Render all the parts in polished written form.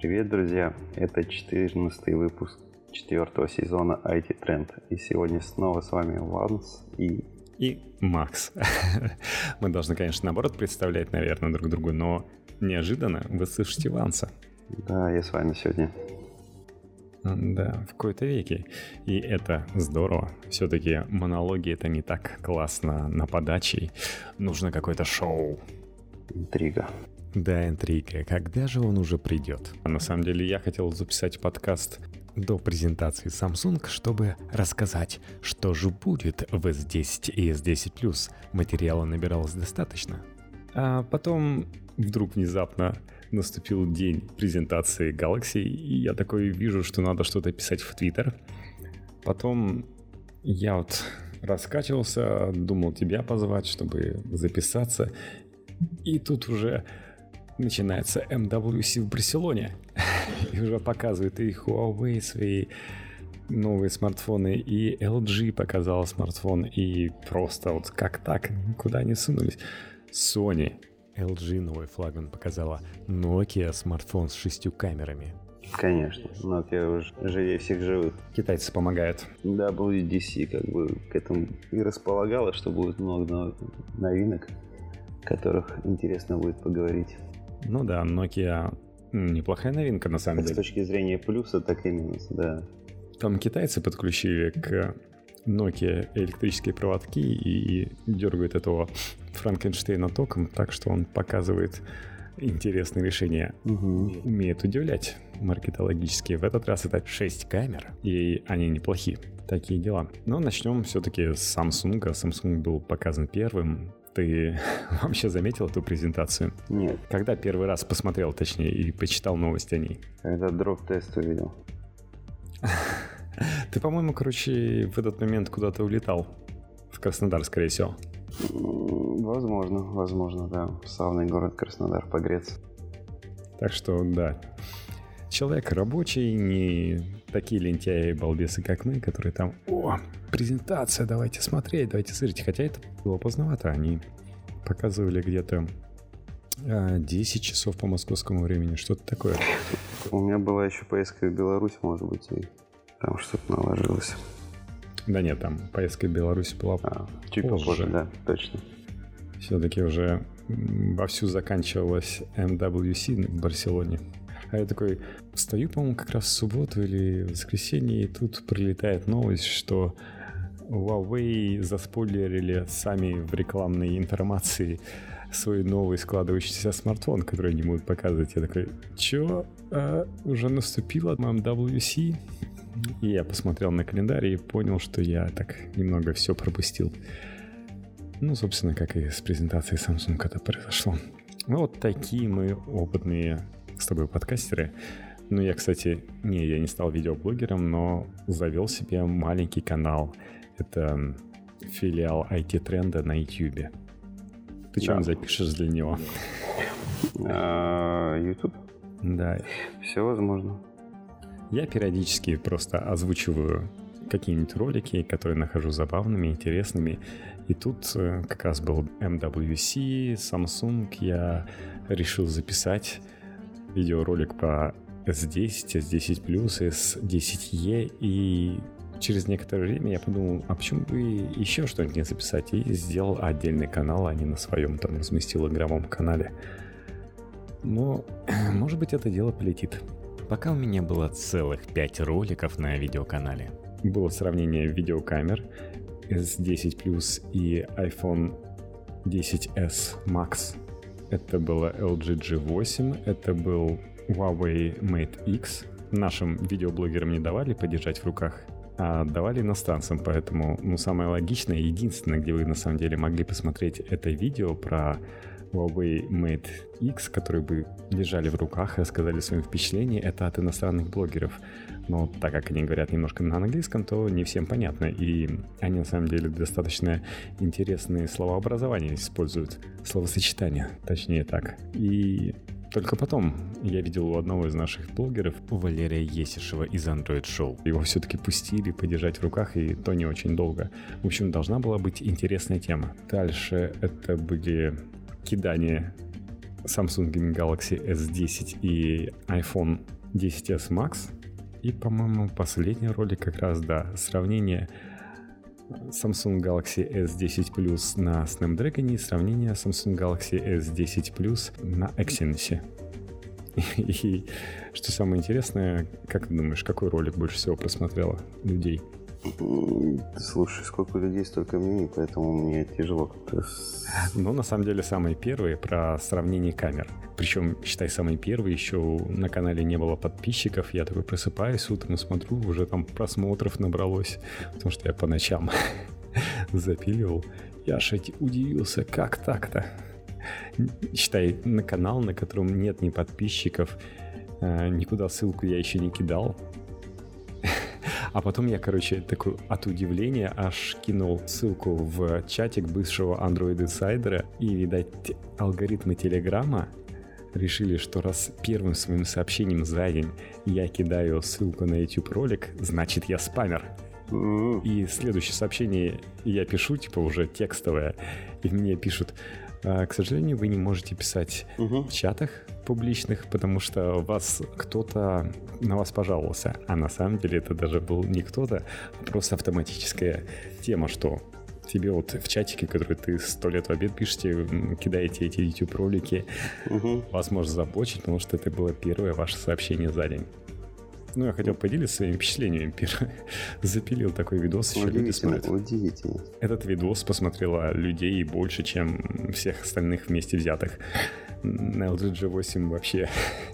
Привет, друзья! Это 14-й выпуск 4-го сезона IT Trend. И сегодня снова с вами Ванс и Макс. Мы должны, конечно, наоборот представлять, наверное, друг другу, но неожиданно вы слышите Ванса. Да, я с вами сегодня. Да, в кои-то веки. И это здорово. Все-таки монологи — это не так классно на подаче. Нужно какое-то шоу. Интрига. Да, интрига. Когда же он уже придет? На самом деле, я хотел записать подкаст до презентации Samsung, чтобы рассказать, что же будет в S10 и S10+. Материала набиралось достаточно. А потом вдруг внезапно наступил день презентации Galaxy, и я такой вижу, что надо что-то писать в Twitter. Потом я вот раскачивался, думал тебя позвать, чтобы записаться. И тут уже начинается MWC в Барселоне. И уже показывают и Huawei свои новые смартфоны, и LG показала смартфон, и просто вот как так, куда они сунулись. Sony, LG новый флагман показала, Nokia смартфон с 6 камерами. Конечно, Nokia уже живее всех живых. Китайцы помогают. WWDC как бы к этому и располагала, что будет много новинок, о которых интересно будет поговорить. Ну да, Nokia неплохая новинка на самом деле. С точки зрения плюса, так и минуса, да. Там китайцы подключили к Nokia электрические проводки и дергают этого Франкенштейна током, так что он показывает интересные решения. Умеет удивлять маркетологически. В этот раз это 6 камер, и они неплохие. Такие дела. Но начнем все-таки с Samsung. Samsung был показан первым. Ты вообще заметил эту презентацию? Нет. Когда первый раз посмотрел, точнее, и почитал новости о ней? Когда дроп-тест увидел. Ты, по-моему, короче, в этот момент куда-то улетал. В Краснодар, скорее всего. Возможно, да. Славный город Краснодар, погреться. Так что, да. Человек рабочий, не такие лентяи и балбесы, как мы, которые там: о, презентация, давайте смотреть, давайте смотреть. Хотя это было поздновато. Они показывали где-то 10 часов по московскому времени, что-то такое. У меня была еще поездка в Беларусь, может быть, и там что-то наложилось. Да нет, там поездка в Беларусь была чуть попозже, да, точно. Все-таки уже вовсю заканчивалась MWC в Барселоне. А я такой встаю, по-моему, как раз в субботу или в воскресенье, и тут прилетает новость, что Huawei заспойлерили сами в рекламной информации свой новый складывающийся смартфон, который они будут показывать. Я такой: чё? Уже наступила MWC? И я посмотрел на календарь и понял, что я так немного все пропустил. Ну, собственно, как и с презентацией Samsung это произошло. Ну, вот такие мы опытные с тобой подкастеры. Ну, я, кстати, я не стал видеоблогером, но завел себе маленький канал. Это филиал IT-тренда на YouTube. Ты что запишешь для него? YouTube? Да. Все возможно. Я периодически просто озвучиваю какие-нибудь ролики, которые нахожу забавными, интересными. И тут как раз был MWC, Samsung. Я решил записать видеоролик про S10, S10+, S10e. И через некоторое время я подумал, а почему бы еще что-нибудь не записать? И сделал отдельный канал, а не на своем там разместил игровом канале. Но, может быть, это дело полетит. Пока у меня было целых 5 роликов на видеоканале. Было сравнение видеокамер S10 Plus и iPhone 10s Max. Это было LG G8, это был Huawei Mate X. Нашим видеоблогерам не давали подержать в руках, а давали иностранцам, поэтому самое логичное, единственное, где вы на самом деле могли посмотреть это видео про Huawei Mate X, который бы держали в руках и рассказали свои впечатления, это от иностранных блогеров. Но так как они говорят немножко на английском, то не всем понятно. И они на самом деле достаточно интересные словообразования используют. Словосочетания, точнее так. И только потом я видел у одного из наших блогеров, у Валерия Есишева из Android Show. Его все-таки пустили подержать в руках, и то не очень долго. В общем, должна была быть интересная тема. Дальше это были кидания Samsung Galaxy S10 и iPhone 10s Max. И, по-моему, последний ролик как раз, да, сравнение Samsung Galaxy S10 Plus на Snapdragon и сравнение Samsung Galaxy S10 Plus на Exynos. И что самое интересное, как ты думаешь, какой ролик больше всего просмотрело людей? Слушай, сколько людей, столько мнений, поэтому мне тяжело как-то... Но на самом деле самые первые про сравнение камер. Причем, считай, самые первые, еще на канале не было подписчиков. Я такой просыпаюсь утром и смотрю, уже там просмотров набралось. Потому что я по ночам запиливал. Я аж удивился, как так-то? Считай, на канал, на котором нет ни подписчиков, никуда ссылку я еще не кидал. А потом я, такой от удивления аж кинул ссылку в чатик бывшего Android-инсайдера, и, видать, алгоритмы Телеграма решили, что раз первым своим сообщением за день я кидаю ссылку на YouTube-ролик, значит, я спамер. И следующее сообщение я пишу, уже текстовое, и мне пишут: к сожалению, вы не можете писать в чатах публичных, потому что кто-то на вас пожаловался. А на самом деле это даже был не кто-то, а просто автоматическая тема, что тебе в чатике, который ты 100 лет в обед пишете, кидаете эти YouTube-ролики, вас может заблочить, потому что это было первое ваше сообщение за день. Я хотел поделиться своими впечатлениями. Запилил такой видос, еще люди смотрят. Удивительно. Этот видос посмотрело людей больше, чем всех остальных вместе взятых. На LG G8 вообще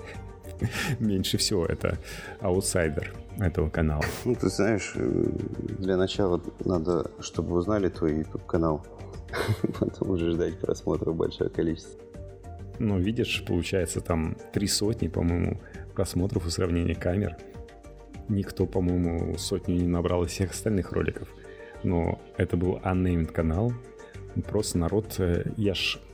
меньше всего. Это аутсайдер этого канала. Ты знаешь, для начала надо, чтобы вы узнали твой YouTube-канал. Потом уже ждать просмотров большое количество. Видишь, получается там 300, по-моему, просмотров и сравнения камер. Никто, по-моему, 100 не набрал из всех остальных роликов. Но это был unnamed канал. Просто народ... Я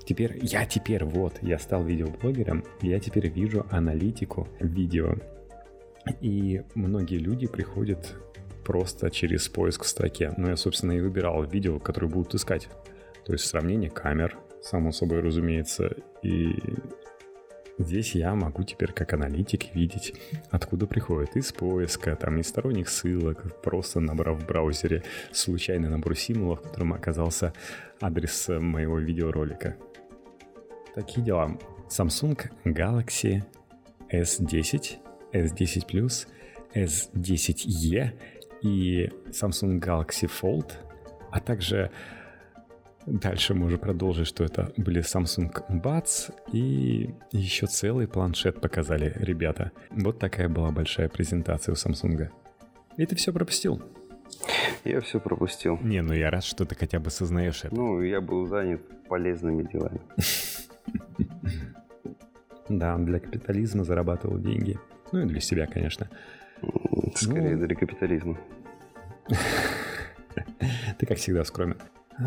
стал видеоблогером, я теперь вижу аналитику видео. И многие люди приходят просто через поиск в строке. Я, собственно, и выбирал видео, которые будут искать. То есть сравнение камер, само собой разумеется, и... Здесь я могу теперь как аналитик видеть, откуда приходит из поиска, из сторонних ссылок, просто набрав в браузере случайный набор символов, в котором оказался адрес моего видеоролика. Такие дела. Samsung Galaxy S10, S10 Plus, S10e и Samsung Galaxy Fold, а также... Дальше можно продолжить, что это были Samsung Buds и еще целый планшет показали ребята. Вот такая была большая презентация у Samsung. И ты все пропустил? Я все пропустил. Я рад, что ты хотя бы сознаешь это. Я был занят полезными делами. Да, для капитализма зарабатывал деньги. И для себя, конечно. Скорее для капитализма. Ты, как всегда, скромен.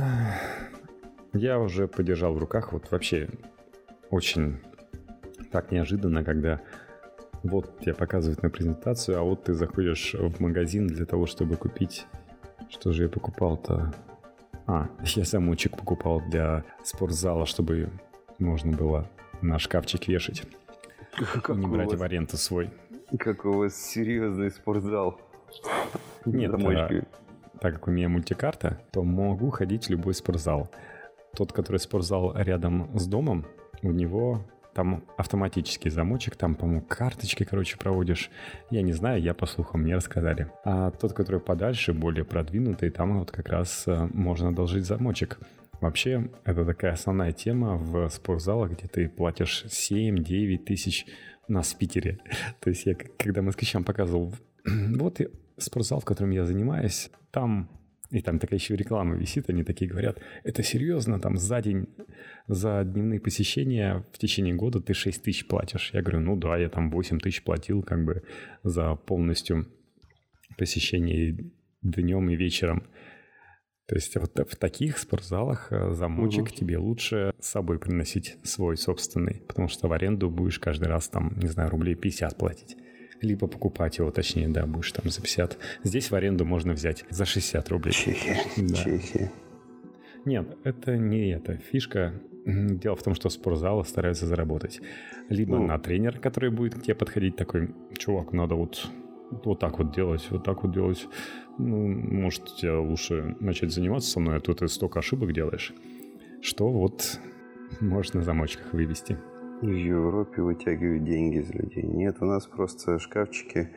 Я уже подержал в руках, вообще очень так неожиданно, когда тебе показывают на презентацию, а ты заходишь в магазин для того, чтобы купить... Что же я покупал-то? Я замочек покупал для спортзала, чтобы можно было на шкафчик вешать. Не брать в аренду свой. Как у вас серьезный спортзал. Нет, так как у меня мультикарта, то могу ходить в любой спортзал. Тот, который спортзал рядом с домом, у него там автоматический замочек, там, по-моему, карточки, проводишь. Я не знаю, я по слухам, мне рассказали. А тот, который подальше, более продвинутый, там как раз можно одолжить замочек. Вообще, это такая основная тема в спортзалах, где ты платишь 7-9 тысяч у нас в Питере. То есть я, когда москвичам показывал, и спортзал, в котором я занимаюсь, там такая еще реклама висит, они такие говорят: это серьезно, за день, за дневные посещения в течение года ты 6 тысяч платишь. Я говорю, да, я 8 тысяч платил за полностью посещение днем и вечером. То есть в таких спортзалах замочек тебе лучше с собой приносить свой собственный, потому что в аренду будешь каждый раз рублей 50 платить. Либо покупать его, точнее, будешь за 50. Здесь в аренду можно взять за 60 рублей. Чехия. Нет, это не эта фишка. Дело в том, что спортзалы стараются заработать. Либо на тренера, который будет к тебе подходить, такой: чувак, надо вот так вот делать, вот так вот делать. Ну, может, тебе лучше начать заниматься со мной, а то ты столько ошибок делаешь, что вот можешь на замочках вывести. В Европе вытягивают деньги из людей. Нет, у нас просто шкафчики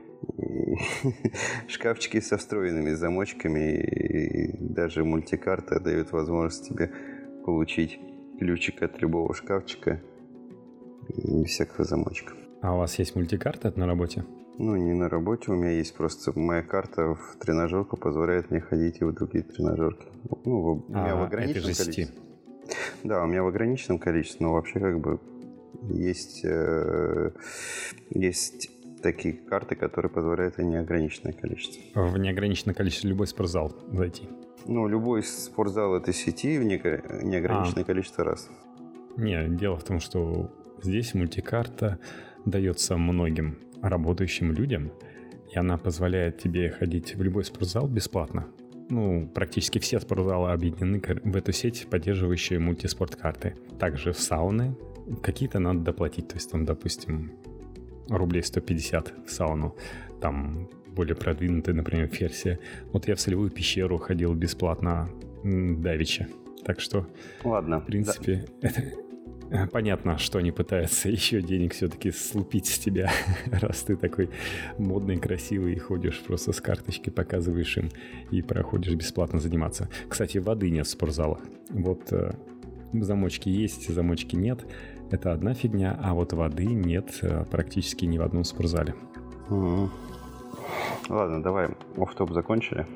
со встроенными замочками, и даже мультикарта дает возможность тебе получить ключик от любого шкафчика без всякого замочка. А у вас есть мультикарта на работе? Ну, не на работе, у меня есть просто моя карта в тренажерку, позволяет мне ходить и в другие тренажерки. Ну, у меня в ограниченном количестве. Да, у меня в ограниченном количестве, но вообще как бы есть такие карты, которые позволяют и неограниченное количество. В неограниченное количество любой спортзал зайти? Ну, любой спортзал этой сети в неограниченное количество раз. Нет, дело в том, что здесь мультикарта дается многим работающим людям, и она позволяет тебе ходить в любой спортзал бесплатно. Ну, практически все спортзалы объединены в эту сеть, поддерживающие мультиспорткарты. Также в сауны какие-то надо доплатить, то есть там, допустим, рублей 150 в сауну, там более продвинутая, например, версия. Вот я в солевую пещеру ходил бесплатно давеча, так что, ладно, в принципе, понятно, что они пытаются еще денег все-таки слупить с тебя, раз ты такой модный, красивый и ходишь просто с карточки, показываешь им и проходишь бесплатно заниматься. Кстати, воды нет в спортзалах. Вот замочки есть, замочки нет. Это одна фигня, а вот воды нет практически ни в одном спортзале. Ладно, давай, офф-топ закончили.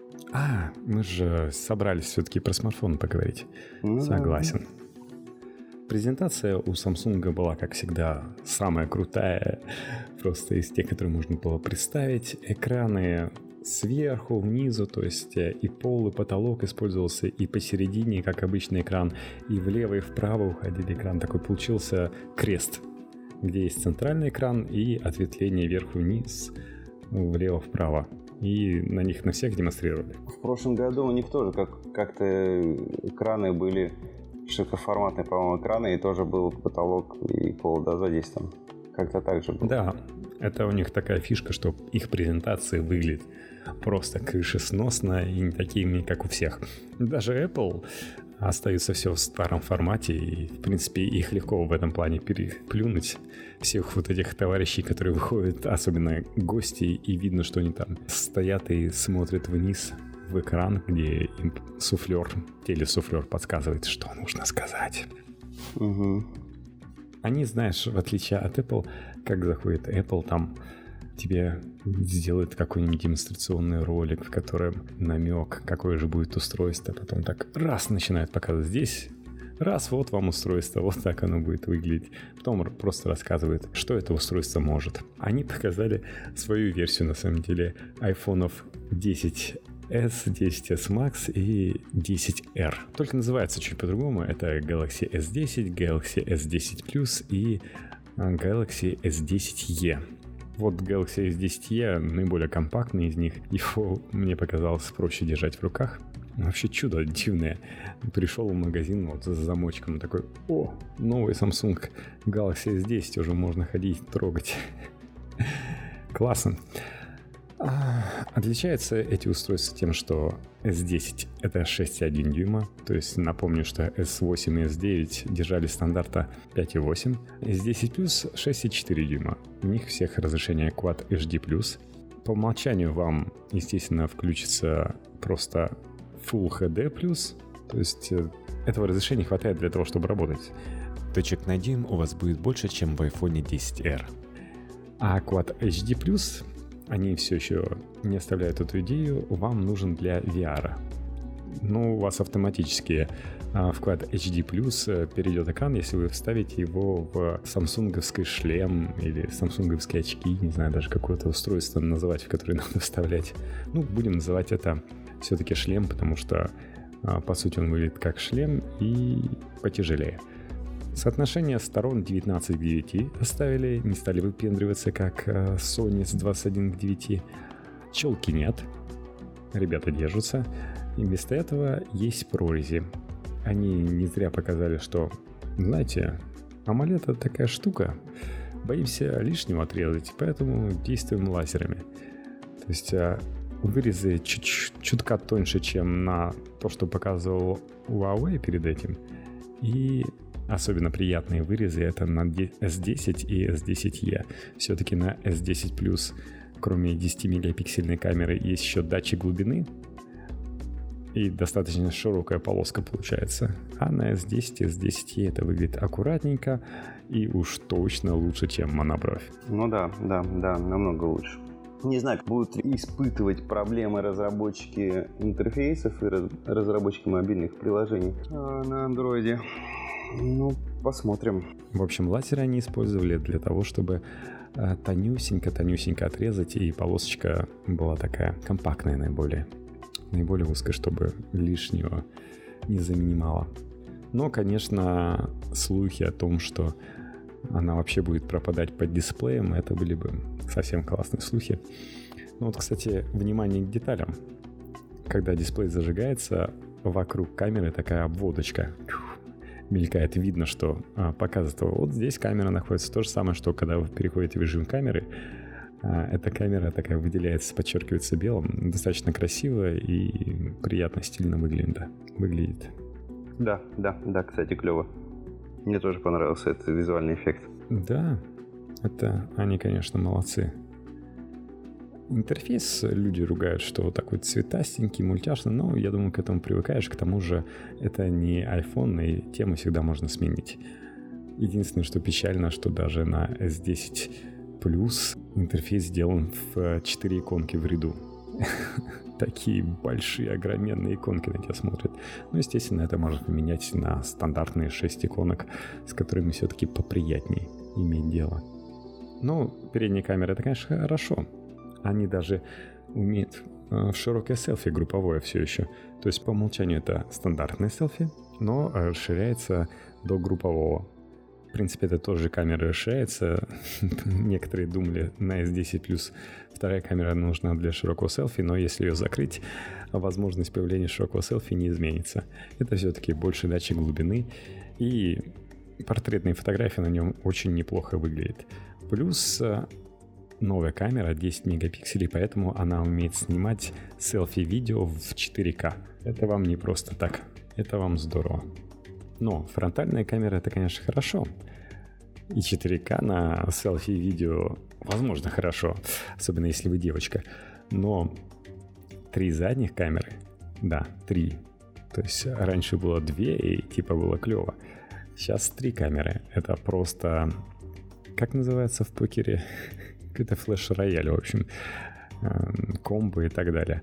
Мы же собрались все-таки про смартфон поговорить. Согласен. Презентация у Samsung была, как всегда, самая крутая, просто из тех, которые можно было представить. Экраны сверху, внизу, то есть и пол, и потолок использовался, и посередине, как обычный экран, и влево, и вправо уходили экран. Такой получился крест, где есть центральный экран и ответвление вверх-вниз, влево-вправо. И на них на всех демонстрировали. В прошлом году у них тоже как-то экраны были широкоформатные, по-моему, экраны, и тоже был потолок и пол, да, здесь там как-то так же было. Да, это у них такая фишка, что их презентации выглядят просто крышесносно и не такими, как у всех. Даже Apple остаются все в старом формате, и, в принципе, их легко в этом плане переплюнуть. Всех вот этих товарищей, которые выходят, особенно гости, и видно, что они там стоят и смотрят вниз в экран, где им телесуфлер подсказывает, что нужно сказать. Угу. Они, знаешь, в отличие от Apple, как заходит Apple, там тебе сделают какой-нибудь демонстрационный ролик, в котором намек, какое же будет устройство, потом так раз начинают показывать здесь, раз, вот вам устройство, вот так оно будет выглядеть. Потом просто рассказывают, что это устройство может. Они показали свою версию, на самом деле, айфонов 10S, 10S Max и 10R. Только называется чуть по-другому. Это Galaxy S10, Galaxy S10 Plus и Galaxy S10e. Вот Galaxy S10e наиболее компактный из них. Его мне показалось проще держать в руках. Вообще чудо дивное. Пришел в магазин вот с замочком, такой: о, новый Samsung Galaxy S10, уже можно ходить, трогать. Классно. Отличаются эти устройства тем, что S10 это 6,1 дюйма, то есть напомню, что S8 и S9 держали стандарта 5,8, S10 Plus 6,4 дюйма, у них всех разрешение Quad HD+. По умолчанию вам, естественно, включится просто Full HD+, то есть этого разрешения хватает для того, чтобы работать. Точек на дюйм у вас будет больше, чем в iPhone 10R. А Quad HD+, они все еще не оставляют эту идею, вам нужен для VR. Ну, у вас автоматически в Quad HD+, перейдет экран, если вы вставите его в самсунговский шлем или самсунговские очки, не знаю даже какое-то устройство называть, в которое надо вставлять. Ну, будем называть это все-таки шлем, потому что, по сути, он выглядит как шлем и потяжелее. Соотношение сторон 19 к 9 оставили, не стали выпендриваться, как Sony с 21 к 9. Челки нет. ребята держатся. И вместо этого есть прорези. Они не зря показали, что, знаете, AMOLED — это такая штука. Боимся лишнего отрезать, поэтому действуем лазерами. То есть вырезы чутка тоньше, чем на то, что показывал Huawei перед этим. И особенно приятные вырезы — это на S10 и S10e. Все-таки на S10 Plus, кроме 10-мегапиксельной камеры, есть еще датчик глубины. И достаточно широкая полоска получается. А на S10 и S10e это выглядит аккуратненько и уж точно лучше, чем монобровь. Ну да, намного лучше. Не знаю, будут испытывать проблемы разработчики интерфейсов и разработчики мобильных приложений на андроиде. Ну, посмотрим. В общем, лазеры они использовали для того, чтобы тонюсенько отрезать, и полосочка была такая компактная наиболее узкая, чтобы лишнего не занимала. Но, конечно, слухи о том, что она вообще будет пропадать под дисплеем, это были бы совсем классные слухи. Ну вот, кстати, внимание к деталям. Когда дисплей зажигается, вокруг камеры такая обводочка мелькает. Видно, что показывает, вот здесь камера находится. То же самое, что когда вы переходите в режим камеры, эта камера такая выделяется, подчеркивается белым. Достаточно красиво и приятно, стильно выглядит. Да, кстати, клево. Мне тоже понравился этот визуальный эффект. Да, это они, конечно, молодцы. Интерфейс люди ругают, что вот такой цветастенький, мультяшный, но я думаю, к этому привыкаешь. К тому же это не iPhone, и тему всегда можно сменить. Единственное, что печально, что даже на S10 Plus интерфейс сделан в 4 иконки в ряду. Такие большие, огроменные иконки на тебя смотрят. Ну, естественно, это можно поменять на стандартные 6 иконок, с которыми все-таки поприятнее иметь дело. Ну, передняя камера — это, конечно, хорошо. Они даже умеют широкое селфи групповое все еще. То есть по умолчанию это стандартное селфи, но расширяется до группового. В принципе, это тоже камера расширяется. Некоторые думали, на S10 Plus вторая камера нужна для широкого селфи, но если ее закрыть, возможность появления широкого селфи не изменится. Это все-таки больше датчик глубины, и портретные фотографии на нем очень неплохо выглядят. Плюс новая камера 10 мегапикселей, поэтому она умеет снимать селфи-видео в 4К. Это вам не просто так, это вам здорово. Но фронтальная камера — это, конечно, хорошо. И 4К на селфи-видео, возможно, хорошо, особенно если вы девочка. Но 3 задних камеры, да, 3. То есть раньше было 2, и типа было клево. Сейчас 3 камеры. Это просто... Как называется в покере? Это флеш-рояль, в общем. Комбо и так далее.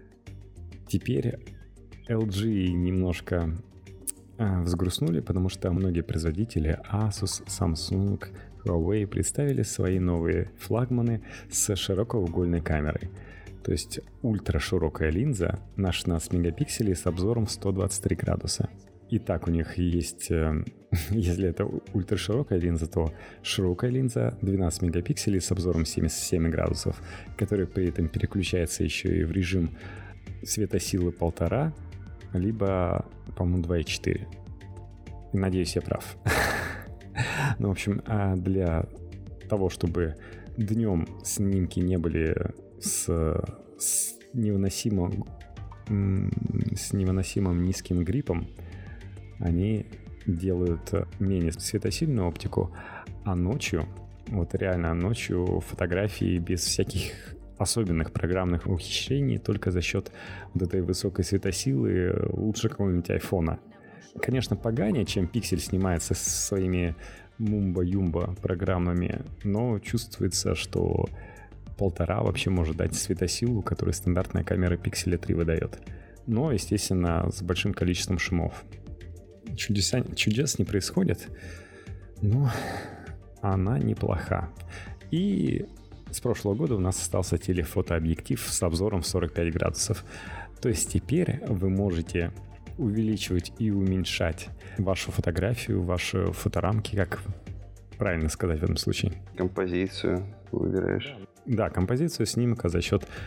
Теперь LG немножко взгрустнули, потому что многие производители Asus, Samsung, Huawei представили свои новые флагманы с широкоугольной камерой. То есть ультраширокая линза на 16 мегапикселей с обзором в 123 градуса. И так у них есть, если это ультраширокая линза, то широкая линза 12 мегапикселей с обзором 77 градусов, который при этом переключается еще и в режим светосилы 1,5, либо, по-моему, 2,4. Надеюсь, я прав. Ну, в общем, для того, чтобы днем снимки не были с невыносимым низким гриппом, они делают менее светосильную оптику, а ночью, вот реально ночью фотографии без всяких особенных программных ухищрений, только за счет вот этой высокой светосилы лучше какого-нибудь айфона. Конечно, поганее, чем Pixel снимается со своими мумба-юмба программами, но чувствуется, что 1,5 вообще может дать светосилу, которую стандартная камера Pixel 3 выдает. Но, естественно, с большим количеством шумов. Чудес не происходит, но она неплоха. И с прошлого года у нас остался телефотообъектив с обзором в 45 градусов. То есть теперь вы можете увеличивать и уменьшать вашу фотографию, ваши фоторамки, как правильно сказать в этом случае? Композицию выбираешь. Да, композицию снимка за счет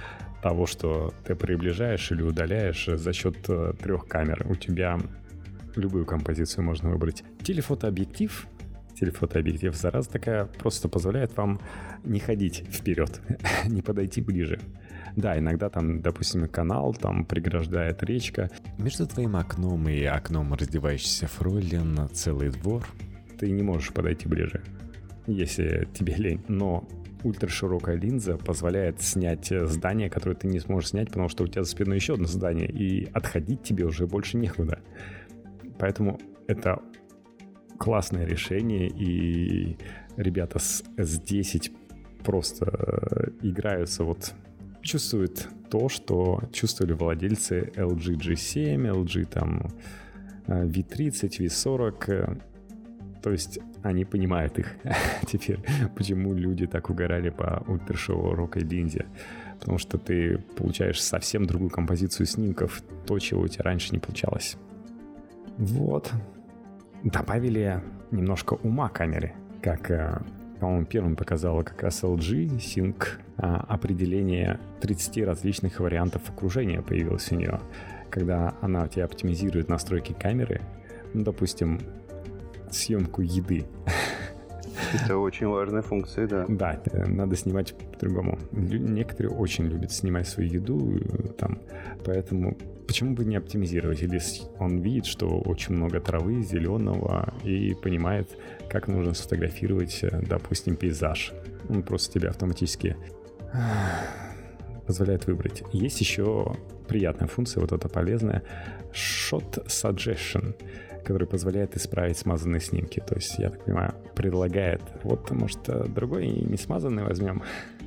того, что ты приближаешь или удаляешь за счет 3 камер. У тебя любую композицию можно выбрать. Телефотообъектив, зараза такая, просто позволяет вам не ходить вперед, не подойти ближе. Да, иногда там, допустим, канал, там преграждает речка. Между твоим окном и окном раздевающейся фройлен целый двор. Ты не можешь подойти ближе, если тебе лень. Но ультраширокая линза позволяет снять здание, которое ты не сможешь снять, потому что у тебя за спиной еще одно здание, и отходить тебе уже больше некуда. Поэтому это классное решение, и ребята с S10 просто играются, вот чувствуют то, что чувствовали владельцы LG G7, LG там V30, V40. То есть они понимают их теперь, почему люди так угорали по ультраширокой линзе. Потому что ты получаешь совсем другую композицию снимков, то, чего у тебя раньше не получалось. Вот. Добавили немножко ума камере, как, по-моему, первым показала как раз LG Sync. Определение 30 различных вариантов окружения появилось у нее. Когда она у тебя оптимизирует настройки камеры, ну, допустим, съемку еды. Это очень важная функция, да. Да, надо снимать по-другому. Некоторые очень любят снимать свою еду, там, поэтому почему бы не оптимизировать? Или он видит, что очень много травы, зеленого, и понимает, как нужно сфотографировать, допустим, пейзаж. Он просто тебе автоматически позволяет выбрать. Есть еще приятная функция, вот эта полезная, Shot Suggestion, который позволяет исправить смазанные снимки. То есть, я так понимаю, предлагает, вот, может, другой не смазанный возьмем.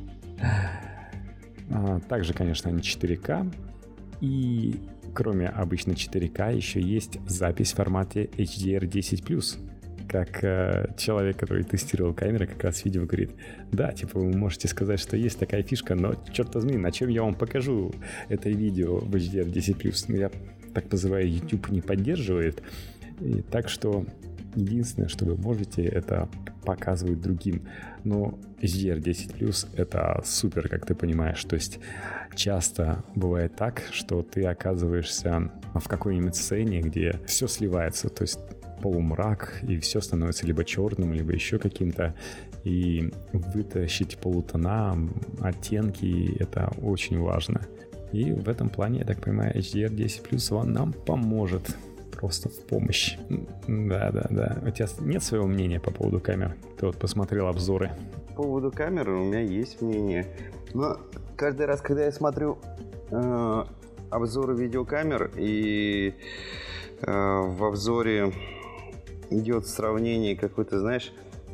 Также, конечно, они 4К. И кроме обычно 4К еще есть запись в формате HDR10+. Как человек, который тестировал камеры, как раз видео говорит, да, типа вы можете сказать, что есть такая фишка, но, черт возьми, на чем я вам покажу это видео в HDR10+. Ну, я так называю, YouTube не поддерживает. И так что единственное, что вы можете, это показывать другим. Но HDR10+, это супер, как ты понимаешь. То есть часто бывает так, что ты оказываешься в какой-нибудь сцене, где все сливается. То есть полумрак, и все становится либо черным, либо еще каким-то. И вытащить полутона, оттенки, это очень важно. И в этом плане, я так понимаю, HDR10+, нам поможет. Просто в помощь. Да. У тебя нет своего мнения по поводу камер? Ты вот посмотрел обзоры. По поводу камеры у меня есть мнение. Но каждый раз, когда я смотрю обзоры видеокамер, и в обзоре идет сравнение какой-то, знаешь,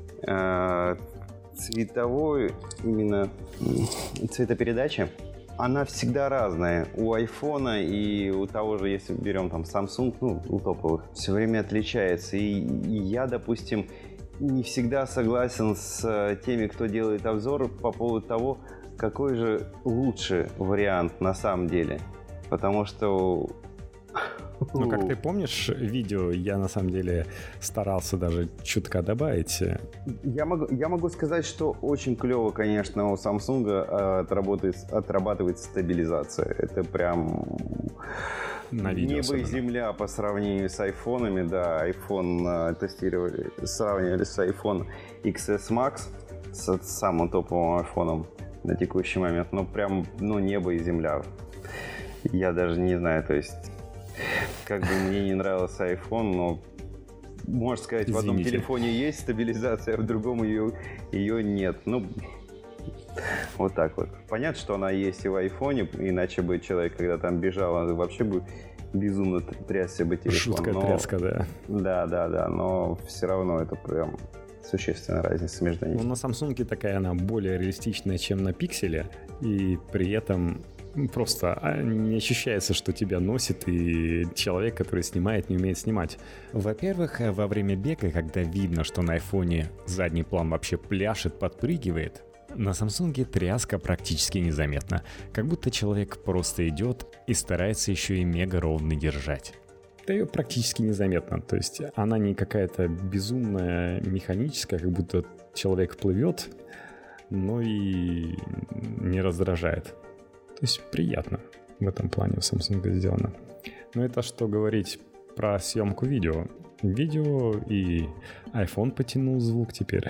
цветовой, именно цветопередачи, она всегда разная. У айфона и у того же, если берем там Samsung, ну, у топовых, все время отличается. И я, допустим, не всегда согласен с теми, кто делает обзор по поводу того, какой же лучший вариант на самом деле. Потому что... Ну, как ты помнишь, видео я на самом деле старался даже чутка добавить. Я могу сказать, что очень клево, конечно, у Samsung отрабатывает стабилизация. Это прям небо и земля по сравнению с айфонами. Да, iPhone сравнивали с iPhone XS Max, с самым топовым айфоном на текущий момент. Ну, прям, небо и земля. Я даже не знаю, то есть... Как бы мне не нравился iPhone, но, можно сказать, в одном телефоне есть стабилизация, а в другом ее нет. Ну, вот так вот. Понятно, что она есть и в айфоне, иначе бы человек, когда там бежал, он вообще бы безумно трясся бы телефон. Жуткая тряска, да. Да, но все равно это прям существенная разница между ними. Ну, на Samsung такая она более реалистичная, чем на Pixel, и при этом... Просто не ощущается, что тебя носит, и человек, который снимает, не умеет снимать. Во-первых, во время бега, когда видно, что на айфоне задний план вообще пляшет, подпрыгивает, на Samsung тряска практически незаметна. Как будто человек просто идет и старается еще и мега ровно держать. Да ее практически незаметно. То есть она не какая-то безумная механическая, как будто человек плывет, но и не раздражает. То есть приятно в этом плане у Samsung сделано. Но это что говорить про съемку видео. Видео и iPhone потянул звук теперь.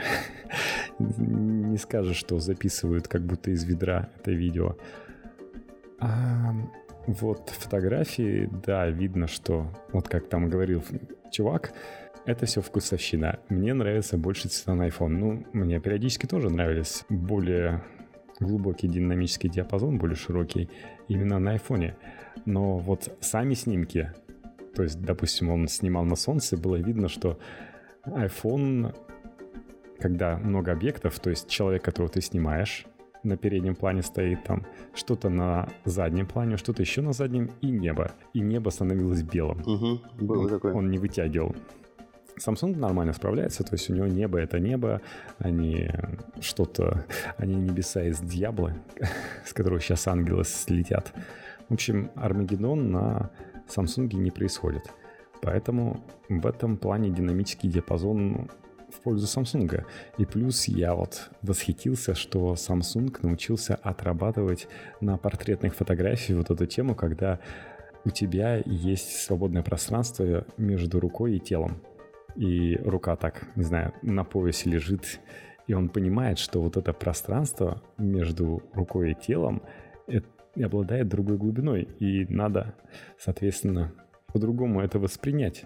Не скажешь, что записывают как будто из ведра это видео. А вот фотографии, да, видно, что, вот как там говорил чувак, это все вкусовщина. Мне нравится больше цвета на iPhone. Ну, мне периодически тоже нравились более глубокий динамический диапазон, более широкий, именно на iPhone. Но вот сами снимки, то есть, допустим, он снимал на солнце, было видно, что iPhone, когда много объектов, то есть человек, которого ты снимаешь, на переднем плане стоит там, что-то на заднем плане, что-то еще на заднем, и небо. И небо становилось белым. Было такое. Он не вытягивал. Samsung нормально справляется, то есть у него небо — это небо, они небеса из Дьябло, с которого сейчас ангелы слетят. В общем, Армагеддон на Samsung не происходит. Поэтому в этом плане динамический диапазон в пользу Samsung. И плюс я вот восхитился, что Samsung научился отрабатывать на портретных фотографиях вот эту тему, когда у тебя есть свободное пространство между рукой и телом. И рука так, не знаю, на поясе лежит, и он понимает, что вот это пространство между рукой и телом обладает другой глубиной, и надо, соответственно, по-другому это воспринять.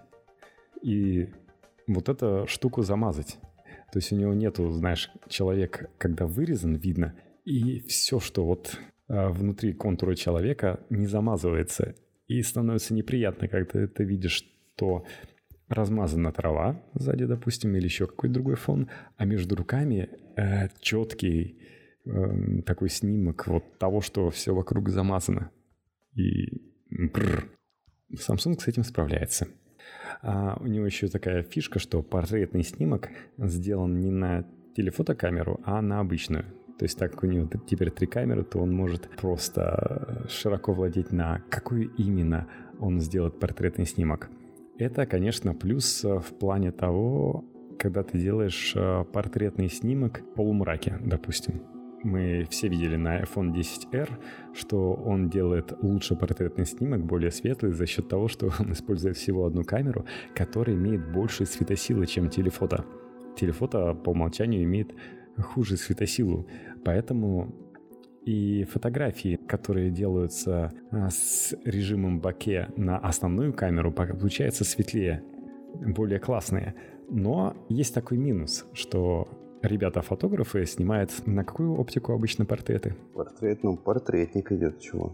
И вот эту штуку замазать. То есть у него нету, знаешь, человек, когда вырезан, видно, и все, что вот внутри контура человека, не замазывается. И становится неприятно, когда ты видишь, что размазана трава сзади, допустим, или еще какой-то другой фон, а между руками четкий такой снимок вот того, что все вокруг замазано. И Samsung с этим справляется. А у него еще такая фишка, что портретный снимок сделан не на телефотокамеру, а на обычную. То есть так как у него теперь 3 камеры, то он может просто широко владеть, на какую именно он сделает портретный снимок. Это, конечно, плюс в плане того, когда ты делаешь портретный снимок в полумраке, допустим. Мы все видели на iPhone XR, что он делает лучше портретный снимок, более светлый, за счет того, что он использует всего одну камеру, которая имеет больше светосилы, чем телефото. Телефото по умолчанию имеет хуже светосилу, поэтому и фотографии, которые делаются с режимом боке на основную камеру, получаются светлее, более классные. Но есть такой минус, что ребята-фотографы снимают на какую оптику обычно портреты? Портретник идет, чего?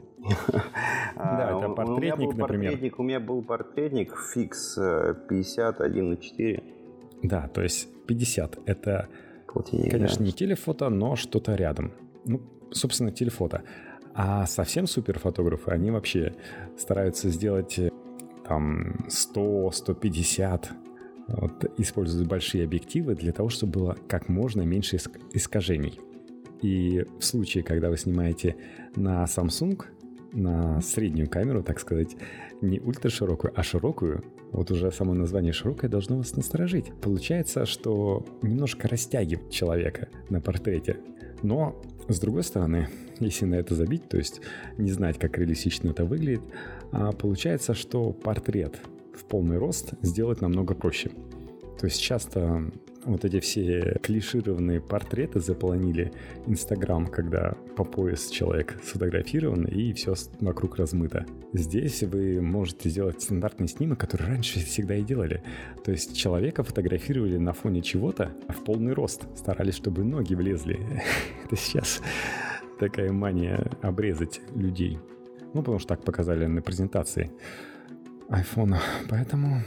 Да, это портретник, например. У меня был портретник Fix 50-1.4. Да, то есть 50 — это, конечно, не телефото, но что-то рядом. Ну, собственно, телефото. А совсем суперфотографы, они вообще стараются сделать там 100, 150, вот, используют большие объективы для того, чтобы было как можно меньше искажений. И в случае, когда вы снимаете на Samsung, на среднюю камеру, так сказать, не ультраширокую, а широкую, вот уже само название «широкая» должно вас насторожить. Получается, что немножко растягивает человека на портрете. Но, с другой стороны, если на это забить, то есть не знать, как реалистично это выглядит, получается, что портрет в полный рост сделать намного проще. То есть часто вот эти все клишированные портреты заполонили Инстаграм, когда по пояс человек сфотографирован и все вокруг размыто. Здесь вы можете сделать стандартный снимок, который раньше всегда и делали. То есть человека фотографировали на фоне чего-то в полный рост. Старались, чтобы ноги влезли. Это сейчас такая мания обрезать людей. Ну, потому что так показали на презентации айфона. Поэтому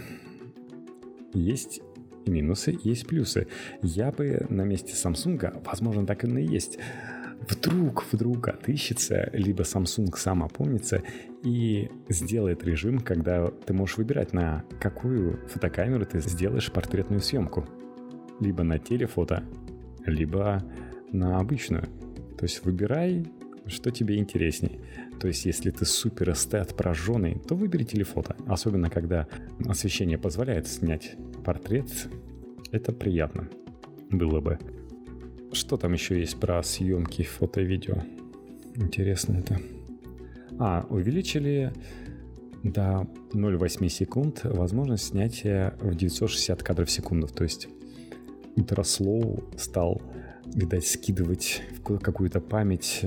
есть минусы, есть плюсы. Я бы на месте Samsung, возможно, так и есть, вдруг отыщется, либо Samsung сам опомнится и сделает режим, когда ты можешь выбирать, на какую фотокамеру ты сделаешь портретную съемку. Либо на телефото, либо на обычную. То есть выбирай, что тебе интересней. То есть если ты супер эстет прожженный, то выбери телефото. Особенно когда освещение позволяет снять портрет. Это приятно было бы. Что там еще есть про съемки фото и видео? Интересно это. Увеличили до 0,8 секунд возможность снятия в 960 кадров в секунду. То есть ультраслоу стал, видать, скидывать в какую-то память,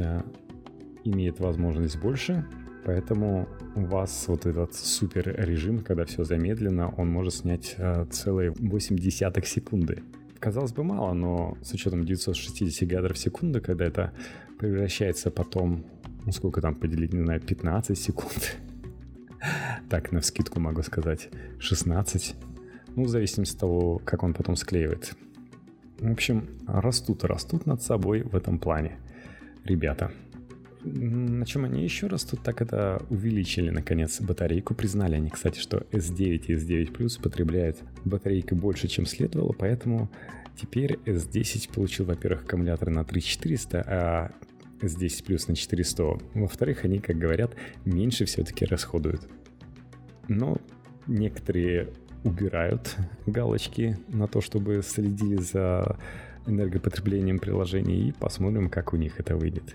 имеет возможность больше. Поэтому у вас вот этот супер режим, когда все замедлено, он может снять целые 0,8 секунды. Казалось бы, мало, но с учетом 960 кадров в секунду, когда это превращается потом, сколько там поделить, не знаю, 15 секунд. Так, навскидку могу сказать, 16. В зависимости от того, как он потом склеивает. В общем, растут над собой в этом плане ребята. На чем они еще растут, так это увеличили, наконец, батарейку. Признали они, кстати, что S9 и S9 Plus потребляют батарейки больше, чем следовало, поэтому теперь S10 получил, во-первых, аккумулятор на 3400, а S10 Plus на 4100. Во-вторых, они, как говорят, меньше все-таки расходуют. Но некоторые убирают галочки на то, чтобы следили за энергопотреблением приложений, и посмотрим, как у них это выйдет.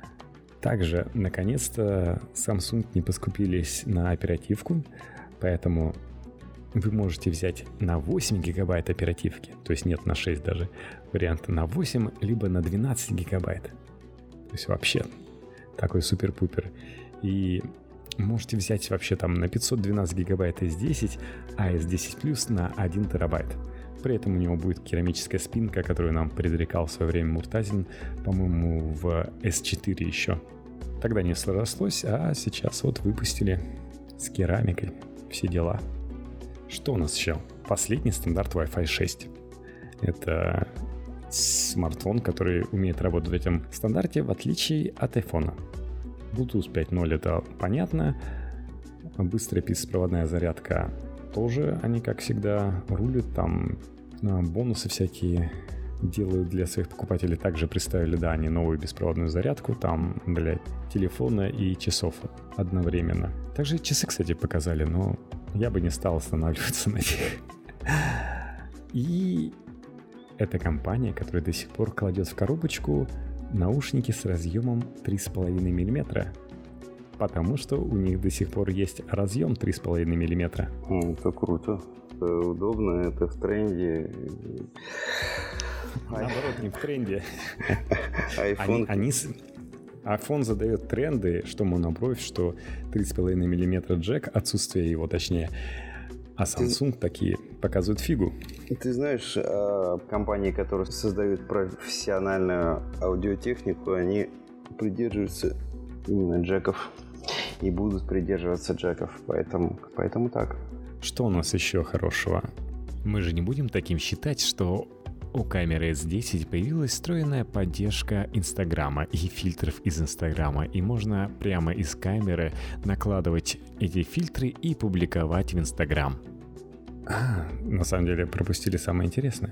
Также, наконец-то, Samsung не поскупились на оперативку, поэтому вы можете взять на 8 гигабайт оперативки, то есть нет, на 6 даже, вариант на 8, либо на 12 гигабайт. То есть вообще такой супер-пупер. И можете взять вообще там на 512 гигабайт S10, а S10 Plus на 1 терабайт. При этом у него будет керамическая спинка, которую нам предрекал в свое время Муртазин, по-моему, в S4 еще. Тогда не срослось, а сейчас вот выпустили с керамикой. Все дела. Что у нас еще? Последний стандарт Wi-Fi 6. Это смартфон, который умеет работать в этом стандарте, в отличие от iPhone. Bluetooth 5.0 это понятно. Быстрая беспроводная зарядка тоже они, как всегда, рулят. Там бонусы всякие делают для своих покупателей. Также представили, да, они новую беспроводную зарядку там для телефона и часов одновременно. Также часы, кстати, показали, но я бы не стал останавливаться на них. И это компания, которая до сих пор кладет в коробочку наушники с разъемом 3,5 мм. Потому что у них до сих пор есть разъем 3,5 мм. Это круто. Это удобно, это в тренде. Наоборот, не в тренде. iPhone задает тренды, что монобровь, что 3,5 мм джек, отсутствие его точнее. А Samsung такие показывают фигу. Ты знаешь, компании, которые создают профессиональную аудиотехнику, они придерживаются именно джеков и будут придерживаться джеков. Поэтому так. Что у нас еще хорошего? Мы же не будем таким считать, что у камеры S10 появилась встроенная поддержка Инстаграма и фильтров из Инстаграма, и можно прямо из камеры накладывать эти фильтры и публиковать в Инстаграм. На самом деле пропустили самое интересное.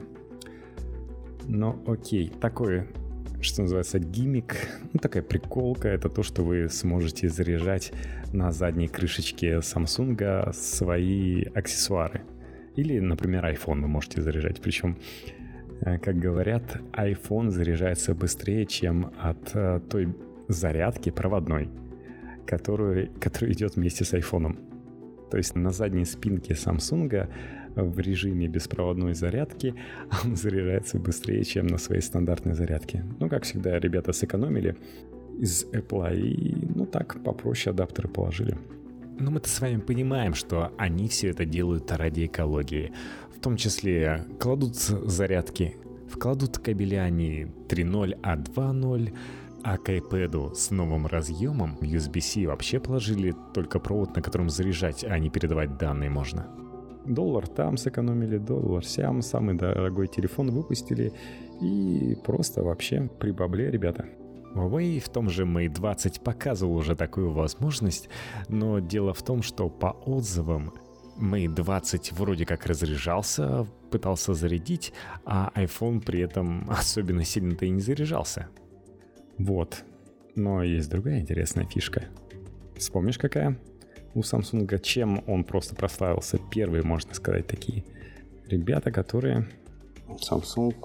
Но окей, такое, что называется, гиммик, такая приколка, это то, что вы сможете заряжать на задней крышечке Samsung свои аксессуары. Или, например, iPhone вы можете заряжать, причем, как говорят, iPhone заряжается быстрее, чем от той зарядки проводной, которая идет вместе с iPhone. То есть на задней спинке Samsung в режиме беспроводной зарядки он заряжается быстрее, чем на своей стандартной зарядке. Как всегда, ребята сэкономили из Apple и, так, попроще адаптеры положили. Но мы-то с вами понимаем, что они все это делают ради экологии. В том числе кладут зарядки, вкладут кабеля они 3.0, а 2.0, а к iPad с новым разъемом USB-C вообще положили только провод, на котором заряжать, а не передавать данные можно. $1 там сэкономили, $1 сям, самый дорогой телефон выпустили и просто вообще при бабле, ребята. Huawei в том же Mate 20 показывал уже такую возможность, но дело в том, что по отзывам Mate 20 вроде как разряжался, пытался зарядить, а iPhone при этом особенно сильно-то и не заряжался. Вот. Но есть другая интересная фишка. Вспомнишь, какая? У Samsung чем он просто прославился? Первые, можно сказать, такие ребята, которые... Samsung...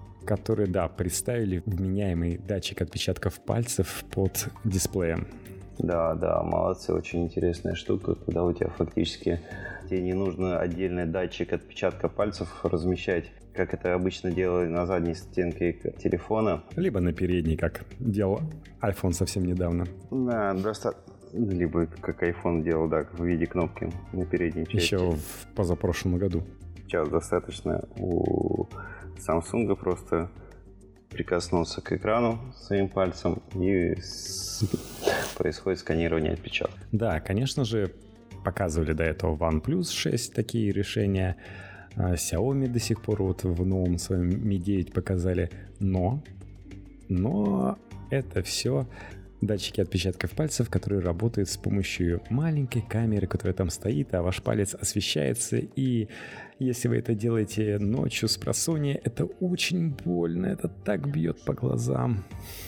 Которые, да, представили вменяемый датчик отпечатков пальцев под дисплеем. Да, молодцы, очень интересная штука, когда у тебя фактически тебе не нужно отдельный датчик отпечатка пальцев размещать, как это обычно делали на задней стенке телефона. Либо на передней, как делал iPhone совсем недавно. Да, либо как iPhone делал, да, в виде кнопки на передней части. Еще в позапрошлом году. Сейчас достаточно у Samsung просто прикоснуться к экрану своим пальцем и происходит сканирование отпечатков. Да, конечно же, показывали до этого OnePlus 6 такие решения. Xiaomi до сих пор вот в новом своем Mi 9 показали. Но это все датчики отпечатков пальцев, которые работают с помощью маленькой камеры, которая там стоит, а ваш палец освещается. И если вы это делаете ночью с просонья, это очень больно, это так бьет по глазам.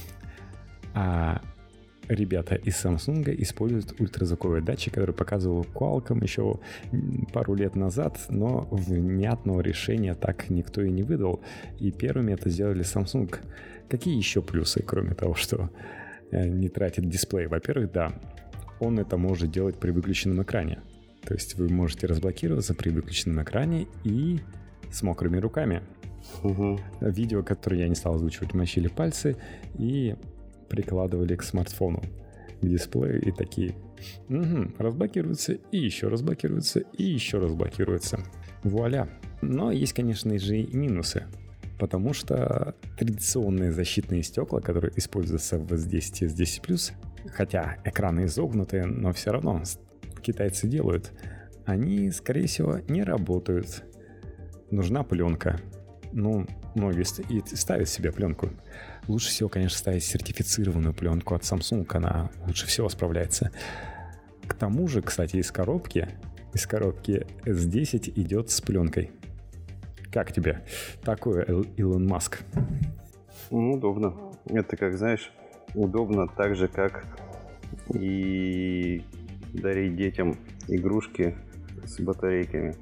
А ребята из Samsung используют ультразвуковой датчик, который показывал Qualcomm еще пару лет назад, но внятного решения так никто и не выдал. И первыми это сделали Samsung. Какие еще плюсы, кроме того, что не тратит дисплей? Во-первых, да, он это может делать при выключенном экране. То есть вы можете разблокироваться при выключенном экране и с мокрыми руками. Видео, которое я не стал озвучивать, мочили пальцы и прикладывали к смартфону, к дисплею, и такие разблокируются, и еще разблокируются, и еще разблокируются. Вуаля! Но есть, конечно же, и минусы. Потому что традиционные защитные стекла, которые используются в S10 и S10+, хотя экраны изогнутые, но все равно китайцы делают, они, скорее всего, не работают. Нужна пленка. Многие ставят себе пленку. Лучше всего, конечно, ставить сертифицированную пленку от Samsung, она лучше всего справляется. К тому же, кстати, из коробки S10 идет с пленкой. Как тебе такое, Илон Маск? Удобно. Это, как знаешь, удобно так же, как и дарить детям игрушки с батарейками.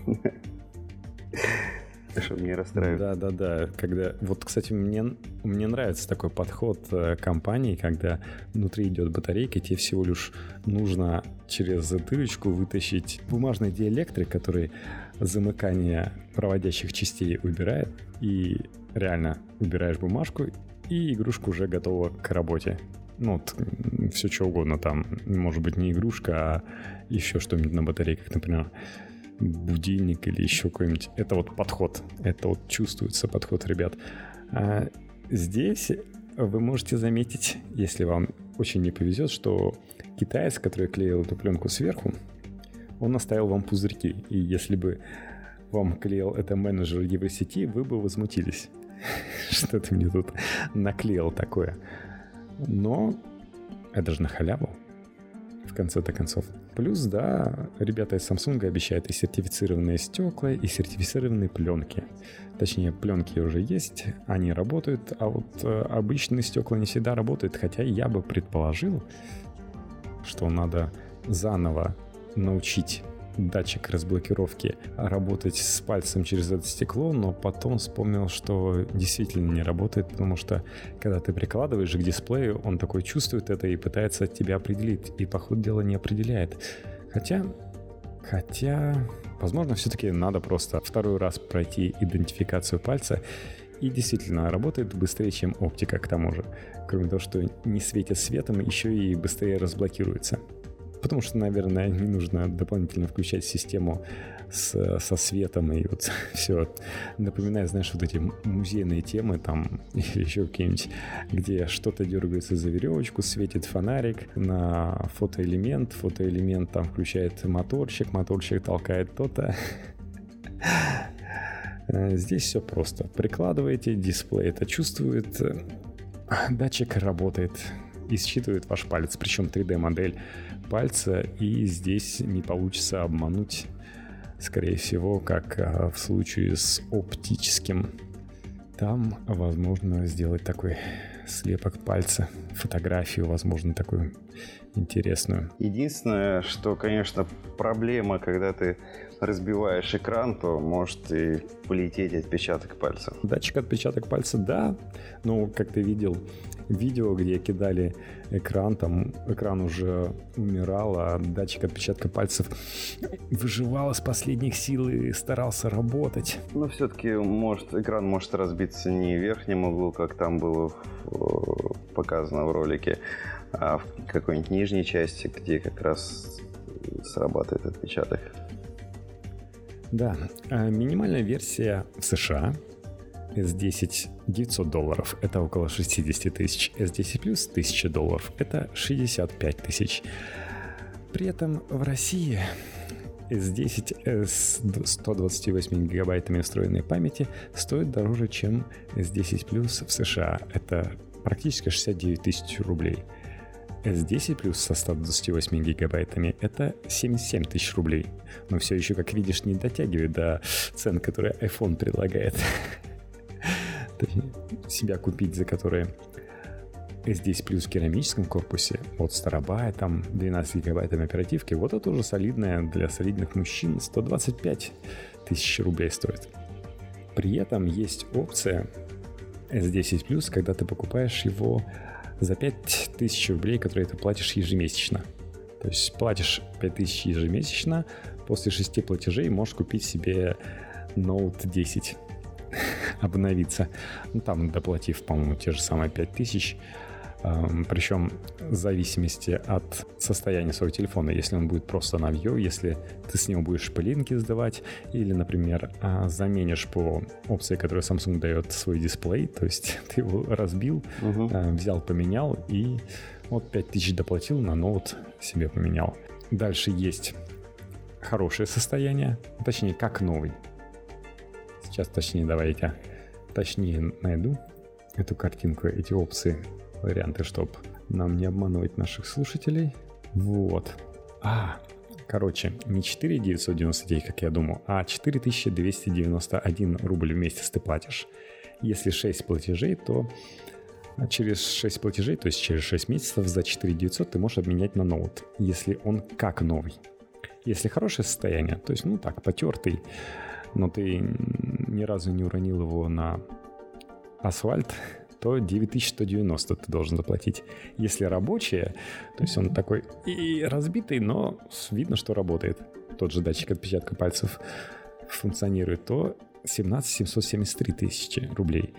Чтобы не расстраивать. Да. Вот, кстати, мне нравится такой подход компании, когда внутри идет батарейка, тебе всего лишь нужно через затырочку вытащить бумажный диэлектрик, который замыкание проводящих частей убирает, и реально убираешь бумажку, и игрушка уже готова к работе. Все что угодно там. Может быть, не игрушка, а еще что-нибудь на батарейках, например, будильник или еще какой-нибудь. Это вот подход. Это вот чувствуется подход, ребят. А здесь вы можете заметить, если вам очень не повезет, что китаец, который клеил эту пленку сверху, он оставил вам пузырьки. И если бы вам клеил это менеджер Евросети, вы бы возмутились. Что ты мне тут наклеил такое? Но это же на халяву, в конце-то концов. Плюс, да, ребята из Samsung обещают и сертифицированные стекла, и сертифицированные пленки. Точнее, пленки уже есть, они работают, а вот обычные стекла не всегда работают, хотя я бы предположил, что надо заново научить датчик разблокировки работать с пальцем через это стекло, но потом вспомнил, что действительно не работает, потому что когда ты прикладываешь к дисплею, он такой чувствует это и пытается от тебя определить, и по ходу дела не определяет. Хотя, возможно, все-таки надо просто второй раз пройти идентификацию пальца, и действительно работает быстрее, чем оптика, к тому же. Кроме того, что не светит светом, еще и быстрее разблокируется. Потому что, наверное, не нужно дополнительно включать систему со светом и вот все. Напоминает, знаешь, вот эти музейные темы там или еще какие-нибудь, где что-то дергается за веревочку, светит фонарик на фотоэлемент там включает моторчик толкает то-то. Здесь все просто. Прикладываете, дисплей это чувствует, датчик работает и считывает ваш палец, причем 3D-модель пальца, и здесь не получится обмануть, скорее всего, как в случае с оптическим. Там возможно сделать такой слепок пальца, фотографию, возможно, такую интересную. Единственное, что, конечно, проблема, когда ты разбиваешь экран, то может и полететь отпечаток пальца. Датчик отпечаток пальца, да. Ну, как ты видел видео, где кидали экран, там экран уже умирал, а датчик отпечатка пальцев выживал из последних сил и старался работать. Но все-таки экран может разбиться не в верхнем углу, как там было показано в ролике, а в какой-нибудь нижней части, где как раз срабатывает отпечаток. Да, минимальная версия в США S10 $900, это около 60 тысяч, S10 Plus $1000, это 65 тысяч. При этом в России S10 с 128 гигабайтами встроенной памяти стоит дороже, чем S10 Plus в США, это практически 69 тысяч рублей. S10 Plus со 128 гигабайтами это 77 тысяч рублей. Но все еще, как видишь, не дотягивает до цен, которые iPhone предлагает. Себя купить, за которые S10 Plus в керамическом корпусе от 100 терабайт, там 12 гигабайтами оперативки, вот это уже солидное для солидных мужчин 125 тысяч рублей стоит. При этом есть опция S10 Plus, когда ты покупаешь его за 5000 рублей, которые ты платишь ежемесячно. То есть платишь 5000 ежемесячно, после 6 платежей можешь купить себе Note 10, обновиться. Ну, там доплатив, по-моему, те же самые 5000. Причем в зависимости от состояния своего телефона. Если он будет просто новье, если ты с него будешь пылинки сдавать, или, например, заменишь по опции, которую Samsung дает, свой дисплей, то есть ты его разбил, взял, поменял, и вот 5000 доплатил, на ноут себе поменял. Дальше есть хорошее состояние, точнее, как новый. Сейчас давайте точнее найду эту картинку, эти опции, варианты, чтобы нам не обманывать наших слушателей. Вот. Короче, не 4999, как я думал, а 4291 рубль в месяц ты платишь. Если 6 платежей, то через 6 платежей, то есть через 6 месяцев за 4900 ты можешь обменять на ноут, если он как новый. Если хорошее состояние, то есть, так, потертый, но ты ни разу не уронил его на асфальт, то 9190 ты должен заплатить. Если рабочее, то есть он такой и разбитый, но видно, что работает, тот же датчик отпечатка пальцев функционирует, то 17 773 тысячи рублей.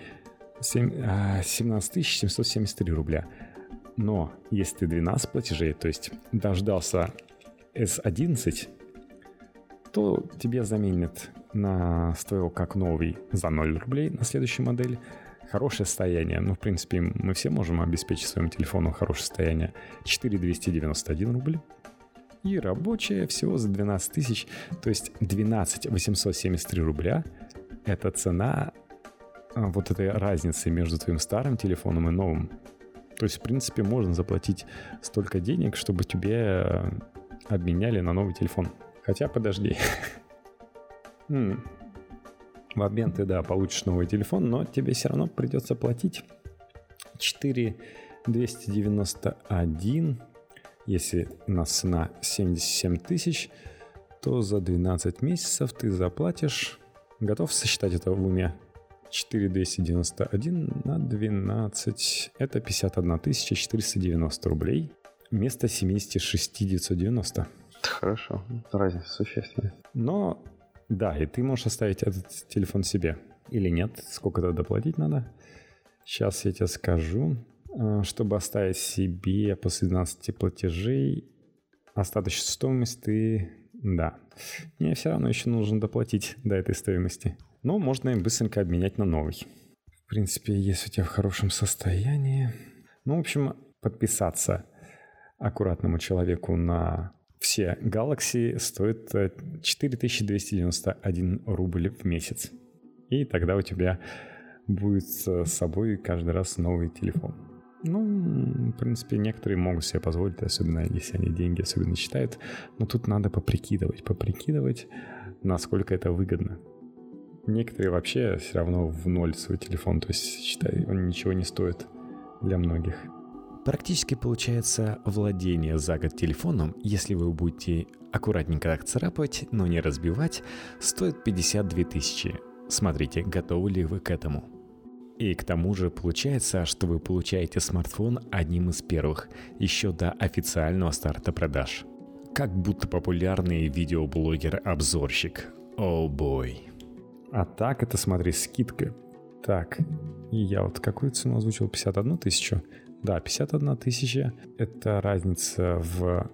17 773 рубля. Но если ты 12 платежей, то есть дождался S11, то тебе заменят с твоего как новый за 0 рублей на следующую модель. Хорошее состояние, в принципе, мы все можем обеспечить своему телефону хорошее состояние, 4291 рубль. И рабочее всего за 12 тысяч, то есть 12 873 рубля. Это цена вот этой разницы между твоим старым телефоном и новым. То есть, в принципе, можно заплатить столько денег, чтобы тебе обменяли на новый телефон. Хотя, подожди. В обмен ты, получишь новый телефон, но тебе все равно придется платить 4291. Если у нас цена 77 тысяч, то за 12 месяцев ты заплатишь, готов сосчитать это в уме, 4291 на 12, это 51 490 рублей вместо 76 990. Хорошо, разница существенная. Но да, и ты можешь оставить этот телефон себе. Или нет, сколько-то доплатить надо. Сейчас я тебе скажу. Чтобы оставить себе после 12 платежей остаточную стоимость, мне все равно еще нужно доплатить до этой стоимости. Но можно и быстренько обменять на новый. В принципе, если у тебя в хорошем состоянии. В общем, подписаться аккуратному человеку на все Galaxy стоит 4291 рубль в месяц. И тогда у тебя будет с собой каждый раз новый телефон. В принципе, некоторые могут себе позволить, особенно если они деньги особенно считают. Но тут надо поприкидывать, насколько это выгодно. Некоторые вообще все равно в ноль свой телефон, то есть, считай, он ничего не стоит. для многих. Практически получается владение за год телефоном, если вы будете аккуратненько так царапать, но не разбивать, стоит 52 тысячи. Смотрите, готовы ли вы к этому. И к тому же получается, что вы получаете смартфон одним из первых, еще до официального старта продаж. Как будто популярный видеоблогер-обзорщик. О бой. А так это, смотри, скидка. Так, и я вот какую цену озвучил? 51 тысячу? Да, 51 тысяча. Это разница в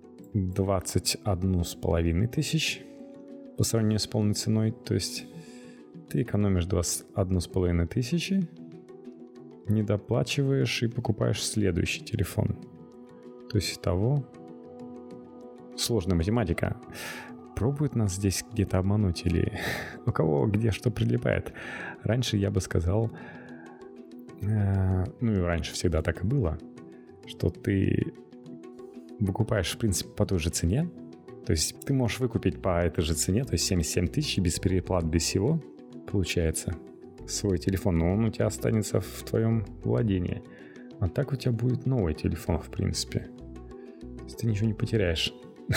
21,5 тысяч по сравнению с полной ценой. То есть ты экономишь 21,5 тысячи, не доплачиваешь и покупаешь следующий телефон. То есть итого сложная математика. Пробуют нас здесь где-то обмануть или у кого где что прилипает. Раньше я бы сказал, ну и раньше всегда так и было, что ты выкупаешь, в принципе, по той же цене. То есть ты можешь выкупить по этой же цене, то есть 77 тысяч без переплат, без всего, получается, свой телефон, но он у тебя останется в твоем владении. А так у тебя будет новый телефон, в принципе. То есть ты ничего не потеряешь.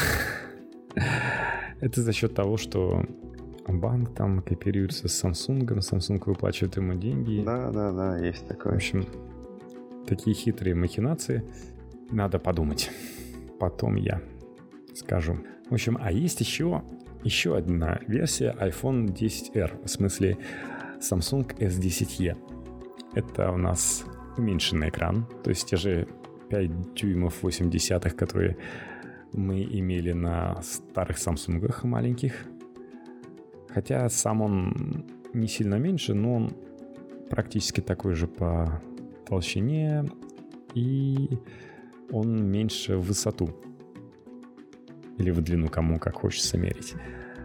Это за счет того, что банк там кооперируется с Samsung, Samsung выплачивает ему деньги. Да, есть такое. В общем, такие хитрые махинации. Надо подумать. Потом я скажу. В общем, а есть еще одна версия iPhone 10R, в смысле Samsung S10e. Это у нас уменьшенный экран, то есть те же 5 дюймов 8 десятых, которые мы имели на старых Samsung маленьких. Хотя сам он не сильно меньше, но он практически такой же по толщине, и он меньше в высоту. Или в длину, кому как хочется мерить.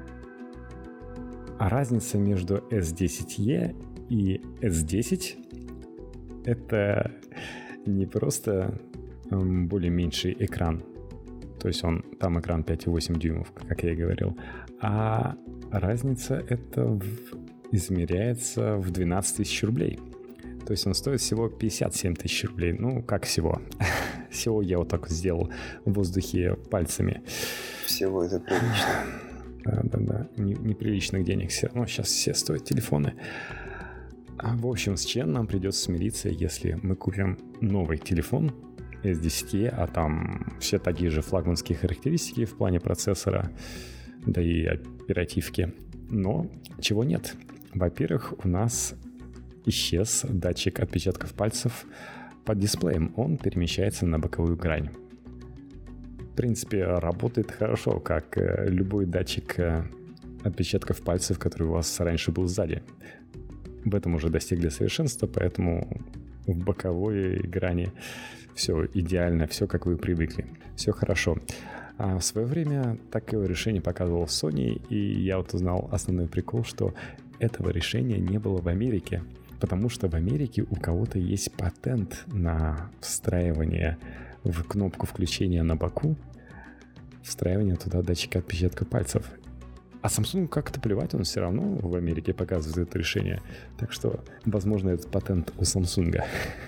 А разница между S10e и S10 это не просто более меньший экран. То есть там экран 5,8 дюймов, как я и говорил. А разница это измеряется в 12 тысяч рублей. То есть он стоит всего 57 тысяч рублей. Ну, как всего? Всего я вот так вот сделал в воздухе пальцами. Всего это прилично. Да. Неприличных денег все равно сейчас все стоят телефоны. В общем, с чем нам придется смириться, если мы купим новый телефон S10e, а там все такие же флагманские характеристики в плане процессора, да и оперативки. Но чего нет? Во-первых, у нас исчез датчик отпечатков пальцев под дисплеем. Он перемещается на боковую грань. В принципе, работает хорошо, как любой датчик отпечатков пальцев, который у вас раньше был сзади. В этом уже достигли совершенства, поэтому в боковой грани все идеально, все как вы привыкли. Все хорошо. А в свое время такое решение показывал Sony, и я вот узнал основной прикол, что этого решения не было в Америке, потому что в Америке у кого-то есть патент на встраивание в кнопку включения на боку, встраивание туда датчика отпечатка пальцев. А Samsung как-то плевать, он все равно в Америке показывает это решение. Так что, возможно, этот патент у Samsung.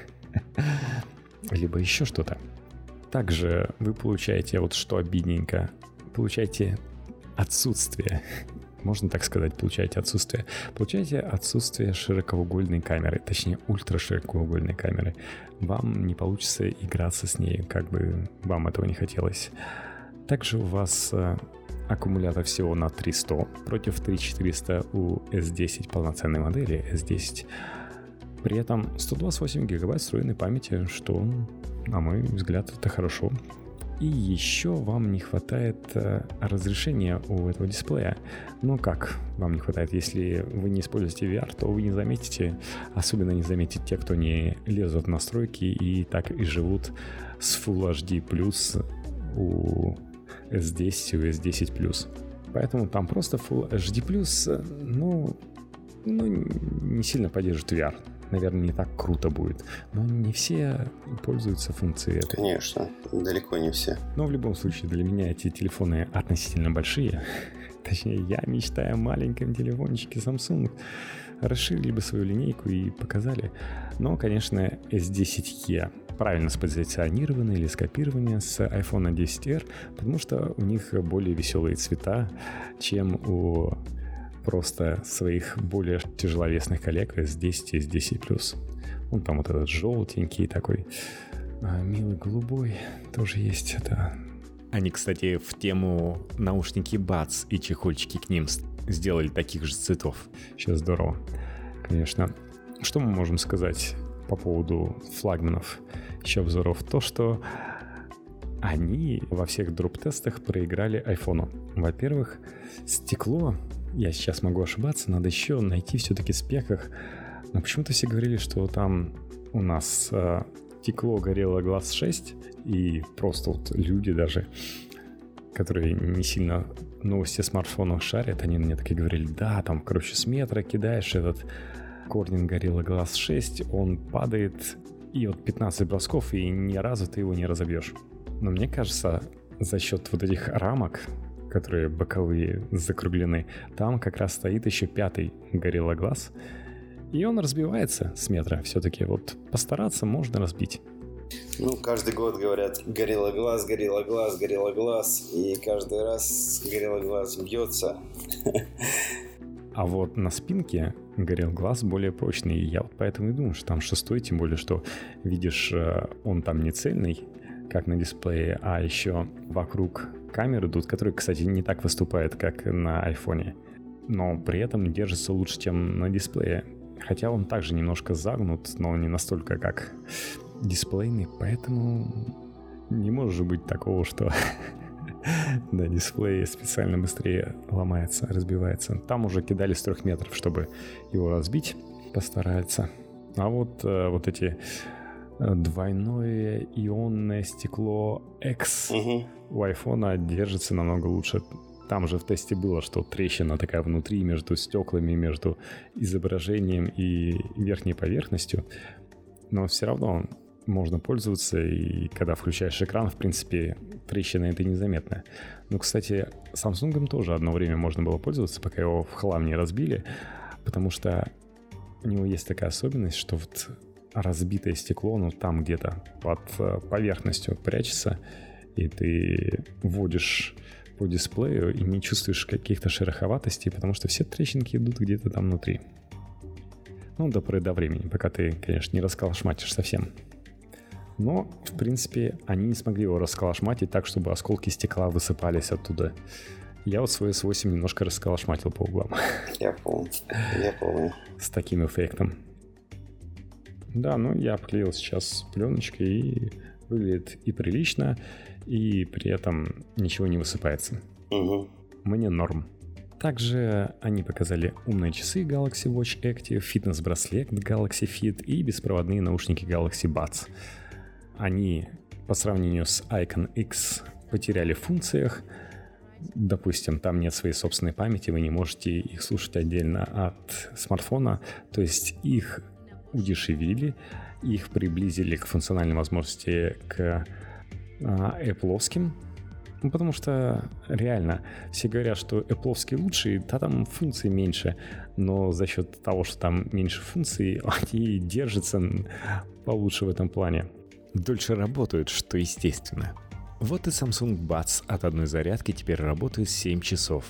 Либо еще что-то. Также вы получаете, вот что обидненько, получаете отсутствие. Можно так сказать, получаете отсутствие. Получаете отсутствие широкоугольной камеры, точнее ультраширокоугольной камеры. Вам не получится играться с ней, как бы вам этого не хотелось. Также у вас аккумулятор всего на 3100 против 3400 у S10 полноценной модели S10. При этом 128 гигабайт встроенной памяти, что, на мой взгляд, это хорошо. И еще вам не хватает разрешения у этого дисплея. Ну как вам не хватает? Если вы не используете VR, то вы не заметите, особенно не заметят те, кто не лезут в настройки и так и живут с Full HD+, у S10 и у S10+. Поэтому там просто Full HD+, ну не сильно поддерживает VR. Наверное, не так круто будет. Но не все пользуются функцией этой. Конечно, далеко не все. Но в любом случае, для меня эти телефоны относительно большие. Точнее, я мечтаю о маленьком телефончике Samsung. расширили бы свою линейку и показали. Но, конечно, S10e правильно спозиционированы или скопированы с iPhone XR, потому что у них более веселые цвета, чем у просто своих более тяжеловесных коллег S10 и S10+. Вон там вот этот желтенький такой, милый голубой тоже есть. Это... Они, кстати, в тему наушники Buds и чехольчики к ним сделали таких же цветов. Сейчас здорово, конечно. Что мы можем сказать по поводу флагманов еще обзоров? То, что они во всех дроп-тестах проиграли айфону. Во-первых, стекло, я сейчас могу ошибаться, надо еще найти все-таки в спеках. Но почему-то все говорили, что там у нас стекло Gorilla Glass 6, и просто вот люди даже, которые не сильно новости смартфонов шарят, они мне такие говорили, да, там, короче, с метра кидаешь этот Corning Gorilla Glass 6, он падает, и вот 15 бросков, и ни разу ты его не разобьешь. Но мне кажется, за счет вот этих рамок, которые боковые закруглены, там как раз стоит еще 5-й Gorilla Glass, и он разбивается с метра. Все-таки вот постараться можно разбить. Ну, каждый год говорят Gorilla Glass, Gorilla Glass, Gorilla Glass, и каждый раз Gorilla Glass бьется. А вот на спинке Gorilla Glass более прочный. И я вот поэтому и думаю, что там 6-й, тем более, что видишь, он там не цельный, как на дисплее, а еще вокруг камеры идут, которые, кстати, не так выступают, как на айфоне. Но при этом держится лучше, чем на дисплее. Хотя он также немножко загнут, но не настолько, как дисплейный, поэтому не может быть такого, что да, дисплей специально быстрее ломается, разбивается. Там уже кидали с 3 метров, чтобы его разбить, постараются. А вот эти двойное ионное стекло X у айфона держится намного лучше. Там же в тесте было, что трещина такая внутри между стеклами, между изображением и верхней поверхностью. Но все равно можно пользоваться, и когда включаешь экран, в принципе, трещина это незаметная. Ну, кстати, Samsung тоже одно время можно было пользоваться, пока его в хлам не разбили, потому что у него есть такая особенность, что вот разбитое стекло, ну, там где-то под поверхностью прячется, и ты вводишь по дисплею и не чувствуешь каких-то шероховатостей, потому что все трещинки идут где-то там внутри. Ну, до поры до времени, пока ты, конечно, не расколошматишь совсем. Но, в принципе, они не смогли его расколошматить так, чтобы осколки стекла высыпались оттуда. Я вот свой S8 немножко расколошматил по углам. Я помню. С таким эффектом. Да, ну я обклеил сейчас пленочкой, и выглядит и прилично, и при этом ничего не высыпается. Мне норм. Также они показали умные часы Galaxy Watch Active, фитнес-браслет Galaxy Fit и беспроводные наушники Galaxy Buds. Они по сравнению с Icon X потеряли в функциях. Допустим, там нет своей собственной памяти, вы не можете их слушать отдельно от смартфона. То есть их удешевили, их приблизили к функциональной возможности к Apple-овским. Ну, потому что реально все говорят, что Apple-овские лучшие, да там функций меньше, но за счет того, что там меньше функций, они держатся получше в этом плане. Дольше работают, что естественно. Вот и Samsung Buds от одной зарядки теперь работает 7 часов.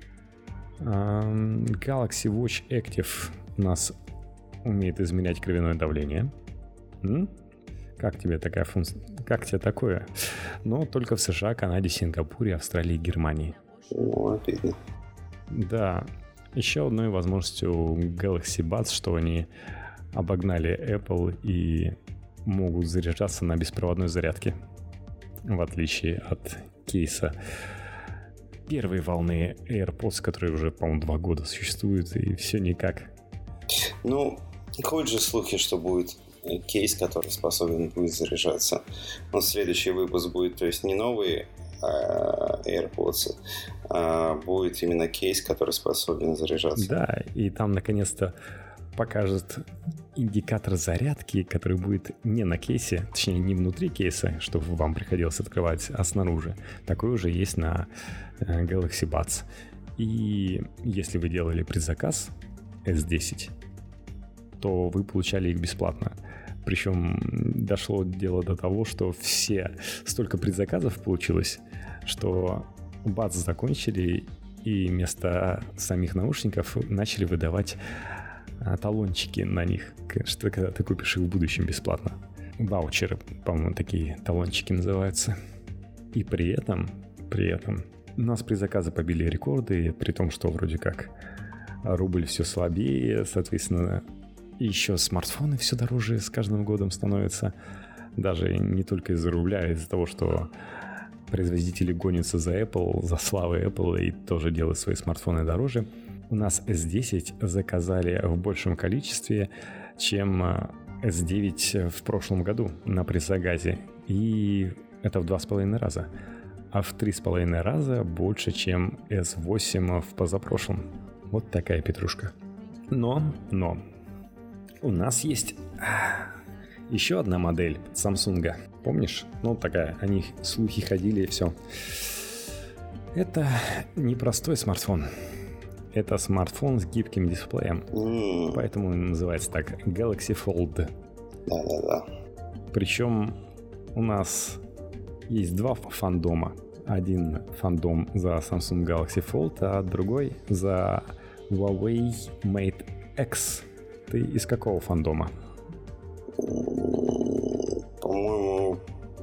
Galaxy Watch Active у нас умеет измерять кровяное давление. Как тебе такая функция? Как тебе такое? Но только в США, Канаде, Сингапуре, Австралии и Германии. Обидно. Да. Еще одной возможностью Galaxy Buds, что они обогнали Apple и могут заряжаться на беспроводной зарядке, в отличие от кейса первой волны AirPods, которые уже, по-моему, 2 года существуют, и все никак. Ну, ходят же слухи, что будет кейс, который способен будет заряжаться. Но следующий выпуск будет, то есть не новые AirPods, а будет именно кейс, который способен заряжаться. Да, и там наконец-то покажет индикатор зарядки, который будет не на кейсе, точнее не внутри кейса, чтобы вам приходилось открывать, а снаружи. Такой уже есть на Galaxy Buds. И если вы делали предзаказ S10, то вы получали их бесплатно. Причем дошло дело до того, что столько предзаказов получилось, что бац закончили, и вместо самих наушников начали выдавать талончики на них, что когда ты купишь их в будущем бесплатно. Ваучеры, по-моему, такие талончики называются. И при этом у нас предзаказы побили рекорды, при том, что вроде как рубль все слабее, соответственно, еще смартфоны все дороже с каждым годом становятся. Даже не только из-за рубля, а из-за того, что производители гонятся за Apple, за славой Apple и тоже делают свои смартфоны дороже. У нас S10 заказали в большем количестве, чем S9 в прошлом году на предзаказе. И это в 2,5 раза. А в 3,5 раза больше, чем S8 в позапрошлом. Вот такая петрушка. Но у нас есть еще одна модель Samsung. Помнишь? Ну, такая, они слухи ходили и все. Это непростой смартфон. Это смартфон с гибким дисплеем. Поэтому он называется так Galaxy Fold. Да. Причем у нас есть два фандома. Один фандом за Samsung Galaxy Fold, а другой за Huawei Mate X. Ты из какого фандома? По-моему,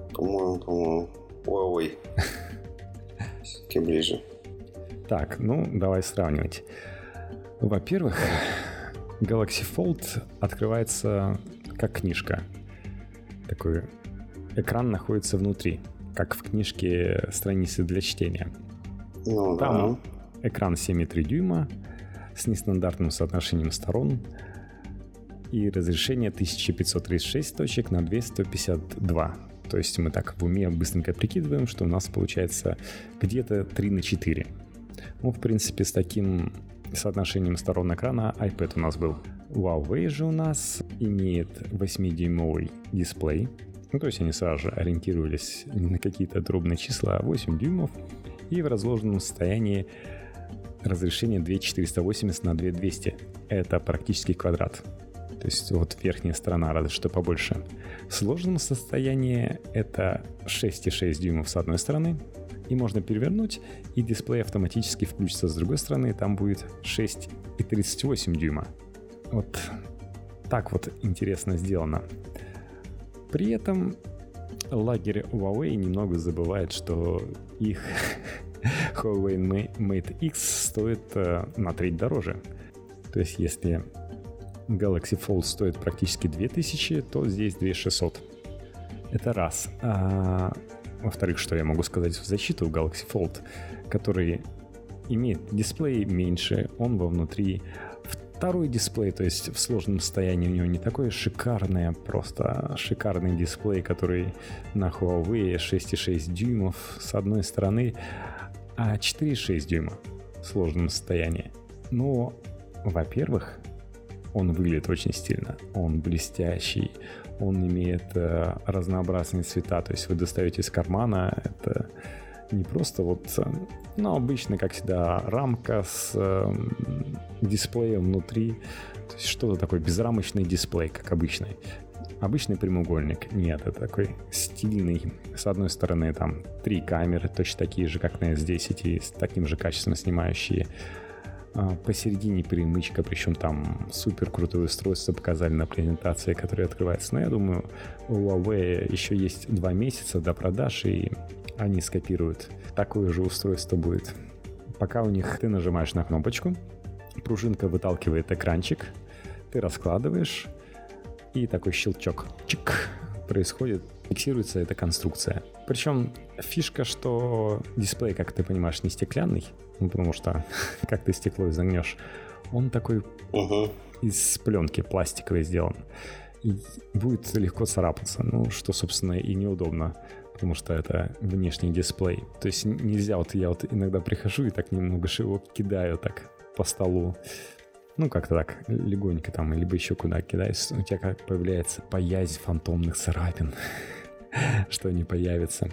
Huawei. Все-таки ближе. Так, давай сравнивать. Во-первых, Galaxy Fold открывается как книжка. Такой экран находится внутри, как в книжке страницы для чтения. Там экран 7,3 дюйма с нестандартным соотношением сторон и разрешение 1536 точек на 2152. То есть мы так в уме быстренько прикидываем, что у нас получается где-то 3:4. В принципе, с таким соотношением сторон экрана iPad у нас был. Huawei же у нас имеет 8-дюймовый дисплей. То есть они сразу же ориентировались не на какие-то дробные числа, а 8 дюймов. И в разложенном состоянии разрешение 2480 на 2200. Это практически квадрат. То есть вот верхняя сторона, разве что побольше. В сложенном состоянии это 6,6 дюймов с одной стороны. И можно перевернуть, и дисплей автоматически включится с другой стороны. Там будет 6,38 дюйма. Вот так вот интересно сделано. При этом лагерь Huawei немного забывает, что их Huawei Mate X стоит на треть дороже. То есть если Galaxy Fold стоит практически 2000, то здесь 2600. Это раз. Во-вторых, что я могу сказать в защиту Galaxy Fold, который имеет дисплей меньше, он вовнутри. Второй дисплей, то есть в сложном состоянии у него не такой шикарный, а просто шикарный дисплей, который на Huawei 6,6 дюймов с одной стороны, а 4,6 дюйма в сложном состоянии. Но, во-первых, он выглядит очень стильно, он блестящий, он имеет разнообразные цвета, то есть вы достаете из кармана, это не просто обычно, как всегда, рамка с дисплеем внутри, то есть что-то такое, безрамочный дисплей, как обычный. Обычный прямоугольник. Нет, это такой стильный. С одной стороны, там 3 камеры, точно такие же, как на S10, и с таким же качеством снимающие. Посередине перемычка, причем там супер крутое устройство показали на презентации, которое открывается. Но я думаю, у Huawei еще есть 2 месяца до продаж, и они скопируют. Такое же устройство будет. Пока у них ты нажимаешь на кнопочку, пружинка выталкивает экранчик, ты раскладываешь, и такой щелчок, чик, происходит, фиксируется эта конструкция. Причем фишка, что дисплей, как ты понимаешь, не стеклянный, потому что как ты стекло изогнешь, он такой из пленки пластиковой сделан. И будет легко царапаться, что, собственно, и неудобно, потому что это внешний дисплей. То есть нельзя, я иногда прихожу и так немного его кидаю так по столу. Как-то так, легонько там, либо еще куда кидаешь, у тебя как появляется боязнь фантомных царапин, что они появятся.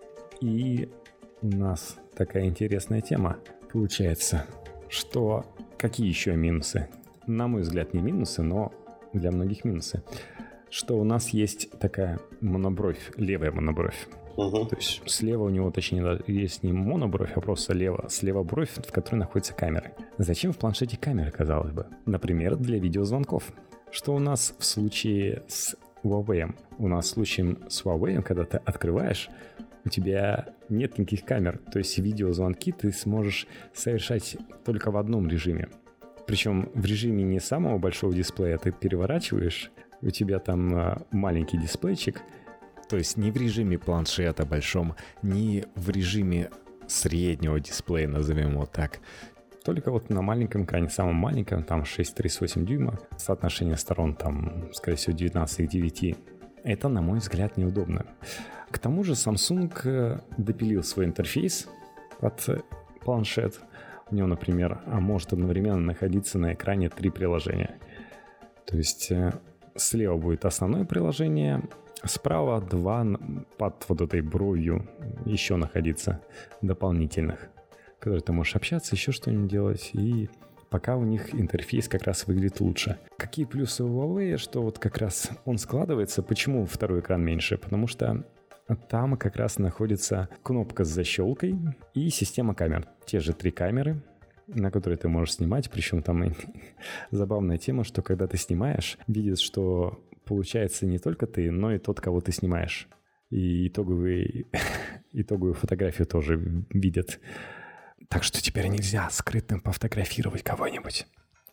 И у нас такая интересная тема получается, что какие еще минусы? На мой взгляд, не минусы, но для многих минусы. Что у нас есть такая монобровь, левая монобровь. То есть слева у него, точнее, есть не монобровь, а просто слева бровь, в которой находится камера. Зачем в планшете камера, казалось бы? Например, для видеозвонков. Что у нас в случае с Huawei? У нас в случае с Huawei, когда ты открываешь, у тебя нет никаких камер. То есть видеозвонки ты сможешь совершать только в одном режиме. Причем в режиме не самого большого дисплея ты переворачиваешь, у тебя там маленький дисплейчик. То есть не в режиме планшета большом, не в режиме среднего дисплея, назовем его так. Только вот на маленьком экране, самом маленьком, там 6,38 дюйма, соотношение сторон там, скорее всего, 19 к 9. Это, на мой взгляд, неудобно. К тому же Samsung допилил свой интерфейс под планшет. У него, например, может одновременно находиться на экране 3 приложения. То есть слева будет основное приложение, справа 2 под вот этой бровью еще находиться дополнительных, которые ты можешь общаться, еще что-нибудь делать, и пока у них интерфейс как раз выглядит лучше. Какие плюсы у Huawei, что вот как раз он складывается. Почему второй экран меньше? Потому что там как раз находится кнопка с защелкой и система камер. Те же 3 камеры, на которые ты можешь снимать, причем там забавная тема, что когда ты снимаешь, видит, что получается не только ты, но и тот, кого ты снимаешь. И итоговую фотографию тоже видят. Так что теперь нельзя скрытно пофотографировать кого-нибудь.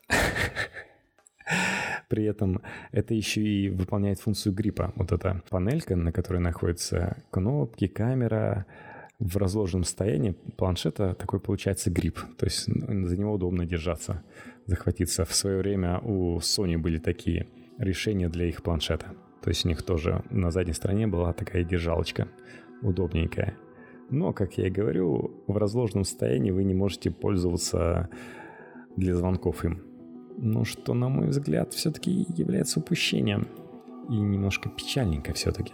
При этом это еще и выполняет функцию гриппа. Вот эта панелька, на которой находятся кнопки, камера. В разложенном состоянии планшета такой получается грипп. То есть за него удобно держаться, захватиться. В свое время у Sony были такие решения для их планшета. То есть у них тоже на задней стороне была такая держалочка удобненькая. Но, как я и говорю, в разложенном состоянии вы не можете пользоваться для звонков им. Ну, что, на мой взгляд, все-таки является упущением. И немножко печальненько все-таки.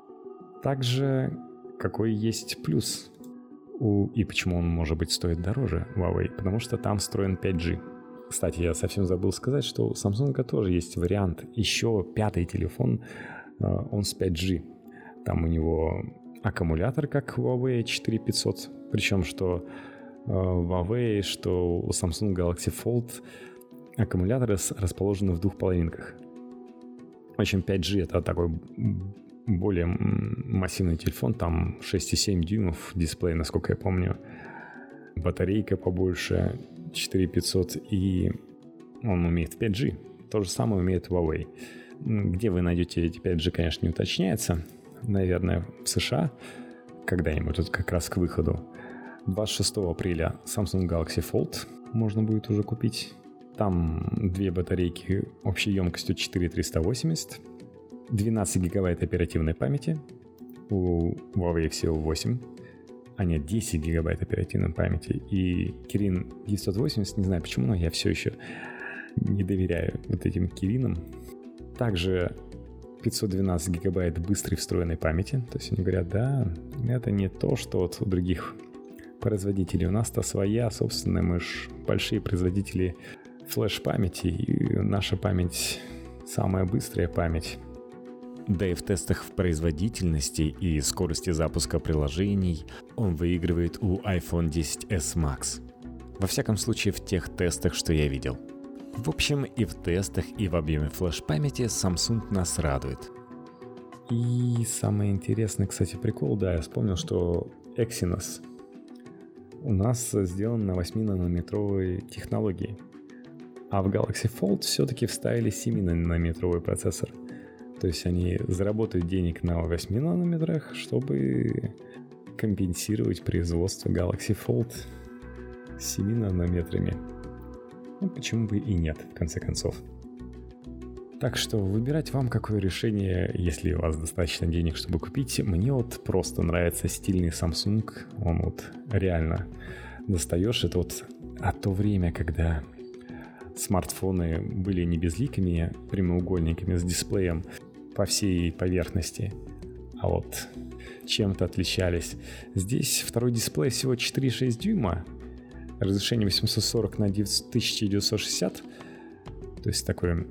Также, какой есть плюс и почему он, может быть, стоит дороже Huawei? Потому что там встроен 5G. Кстати, я совсем забыл сказать, что у Samsung тоже есть вариант. Еще 5-й телефон, он с 5G. Там у него аккумулятор, как Huawei 4500. Причем, что Huawei, что у Samsung Galaxy Fold аккумуляторы расположены в 2 половинках. В общем, 5G это такой более массивный телефон. Там 6,7 дюймов дисплей, насколько я помню. Батарейка побольше, 4500, и он умеет 5G. То же самое умеет Huawei. Где вы найдете эти 5G, конечно, не уточняется. Наверное, в США когда-нибудь, тут как раз к выходу. 26 апреля Samsung Galaxy Fold можно будет уже купить. Там 2 батарейки общей емкостью 4380, 12 гигабайт оперативной памяти. У Huawei всего 8. А нет, 10 гигабайт оперативной памяти. И Kirin 980, не знаю почему, но я все еще не доверяю вот этим Kirin'ам. Также 512 гигабайт быстрой встроенной памяти. То есть они говорят, да, это не то, что вот у других производителей. У нас-то своя собственная, мы ж большие производители флеш-памяти, и наша память самая быстрая память. Да и в тестах в производительности и скорости запуска приложений он выигрывает у iPhone XS Max. Во всяком случае, в тех тестах, что я видел. В общем, и в тестах, и в объеме флеш-памяти Samsung нас радует. И самый интересный, кстати, прикол, да, я вспомнил, что Exynos у нас сделан на 8-нанометровой технологии. А в Galaxy Fold все-таки вставили 7-нанометровый процессор. То есть они заработают денег на 8 нанометрах, чтобы компенсировать производство Galaxy Fold 7 нанометрами. Ну, почему бы и нет, в конце концов. Так что выбирать вам какое решение, если у вас достаточно денег, чтобы купить. Мне вот просто нравится стильный Samsung. Он вот реально достаешь. Это вот то время, когда смартфоны были не безликими прямоугольниками с дисплеем по всей поверхности, а вот чем-то отличались. Здесь второй дисплей всего 4,6 дюйма, разрешение 840 на 1960. То То есть такое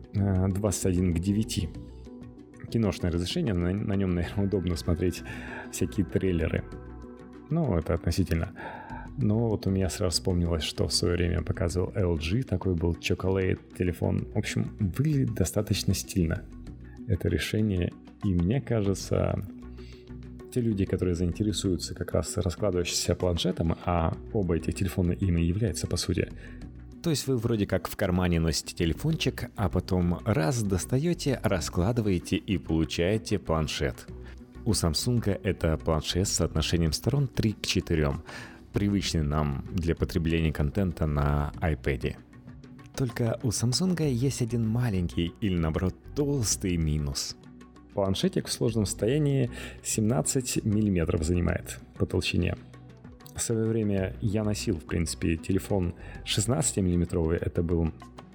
21:9. Киношное разрешение, на нем, наверное, удобно смотреть всякие трейлеры. Ну, это относительно. Но вот у меня сразу вспомнилось, что в свое время показывал LG, такой был Chocolate телефон. В общем, выглядит достаточно стильно это решение. И мне кажется, те люди, которые заинтересуются как раз раскладывающимся планшетом, а оба этих телефона ими являются, по сути. То есть вы вроде как в кармане носите телефончик, а потом раз достаете, раскладываете и получаете планшет. У Samsung это планшет с соотношением сторон 3:4, привычный нам для потребления контента на iPad. Только у Samsung есть один маленький или наоборот толстый минус. Планшетик в сложном состоянии 17 мм занимает по толщине. В свое время я носил, в принципе, телефон 16-мм, это был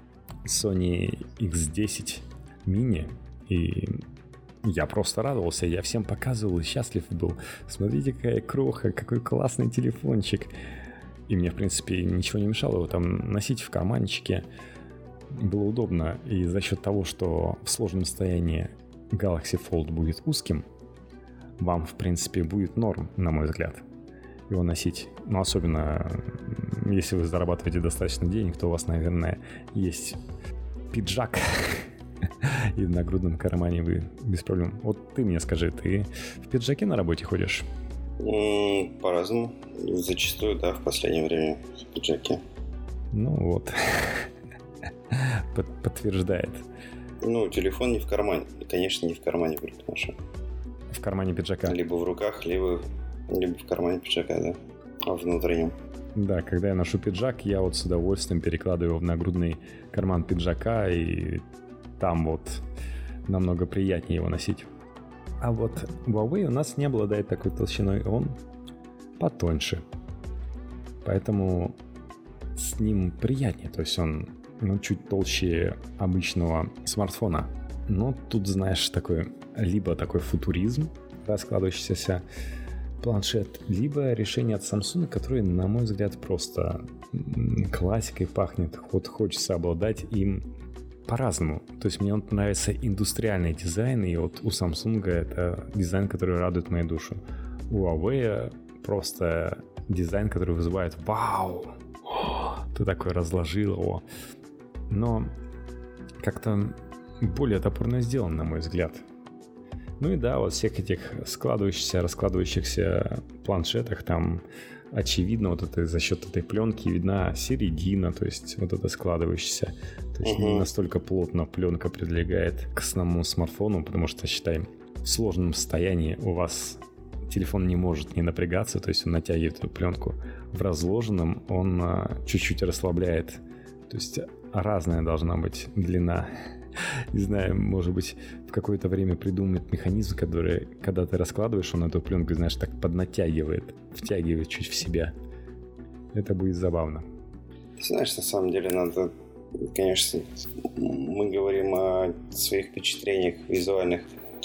Sony X10 Mini, и я просто радовался, я всем показывал и счастлив был. Смотрите, какая кроха, какой классный телефончик. И мне, в принципе, ничего не мешало его там носить в карманчике. Было удобно, и за счет того, что в сложном состоянии Galaxy Fold будет узким, вам, в принципе, будет норм, на мой взгляд, его носить. Но особенно, если вы зарабатываете достаточно денег, то у вас, наверное, есть пиджак, и в нагрудном кармане вы без проблем. Вот ты мне скажи, ты в пиджаке на работе ходишь? По-разному. Зачастую, да, в последнее время в пиджаке. Ну вот. Подтверждает. Ну, телефон не в кармане. Конечно, не в кармане в руке ношу. В кармане пиджака? Либо в руках, либо в кармане пиджака, да. А внутреннем. Да, когда я ношу пиджак, я вот с удовольствием перекладываю его в нагрудный карман пиджака, и там вот намного приятнее его носить. А вот Huawei у нас не обладает такой толщиной, он потоньше. Поэтому с ним приятнее, то есть он чуть толще обычного смартфона. Но тут, знаешь, либо такой футуризм, раскладывающийся планшет, либо решение от Samsung, которое, на мой взгляд, просто классикой пахнет. Вот хочется обладать им по-разному. То есть мне нравится индустриальный дизайн, и вот у Samsung это дизайн, который радует мою душу. У Huawei просто дизайн, который вызывает «Вау! Ты такой разложил его!» Но как-то более топорно сделан, на мой взгляд. Ну и да, вот всех этих складывающихся, раскладывающихся планшетах там очевидно вот это за счет этой пленки видна середина, то есть вот это складывающееся. То есть не настолько плотно пленка прилегает к основному смартфону, потому что, считай, в сложном состоянии у вас телефон не может не напрягаться, то есть он натягивает эту пленку. В разложенном он чуть-чуть расслабляет. То есть разная должна быть длина. Не знаю, может быть, в какое-то время придумают механизм, который, когда ты раскладываешь, он эту пленку, знаешь, так поднатягивает, втягивает чуть в себя. Это будет забавно. Знаешь, на самом деле надо, конечно, мы говорим о своих впечатлениях визуальных,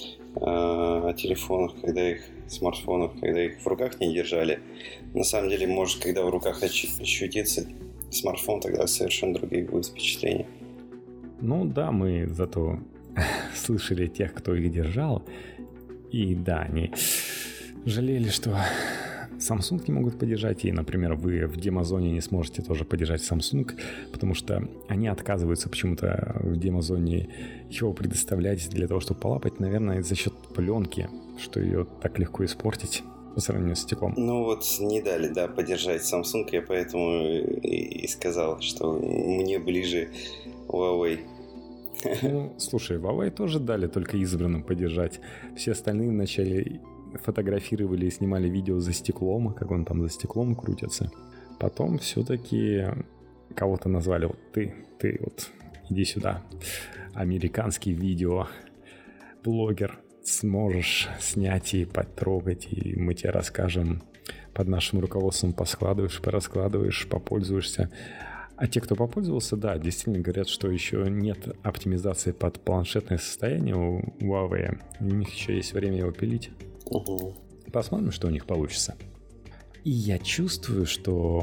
о телефонах, смартфонах, когда их в руках не держали. На самом деле, может, когда в руках ощутится смартфон, тогда совершенно другие будут впечатления. Ну да, мы зато слышали тех, кто их держал. И да, они жалели, что Samsung не могут поддержать. И, например, вы в демозоне не сможете тоже поддержать Samsung, потому что они отказываются почему-то в демозоне его предоставлять для того, чтобы полапать, наверное, за счет пленки, что ее так легко испортить по сравнению с стеклом. Ну вот не дали, да, поддержать Samsung, я поэтому и сказал, что мне ближе Huawei. Ну, слушай, Huawei тоже дали только избранным поддержать. Все остальные вначале фотографировали и снимали видео за стеклом, как он там за стеклом крутится. Потом все-таки кого-то назвали, вот ты вот иди сюда, американский видеоблогер, сможешь снять и потрогать, и мы тебе расскажем, под нашим руководством поскладываешь, пораскладываешь, попользуешься. А те, кто попользовался, да, действительно говорят, что еще нет оптимизации под планшетное состояние у Huawei. У них еще есть время его пилить. Посмотрим, что у них получится. И я чувствую, что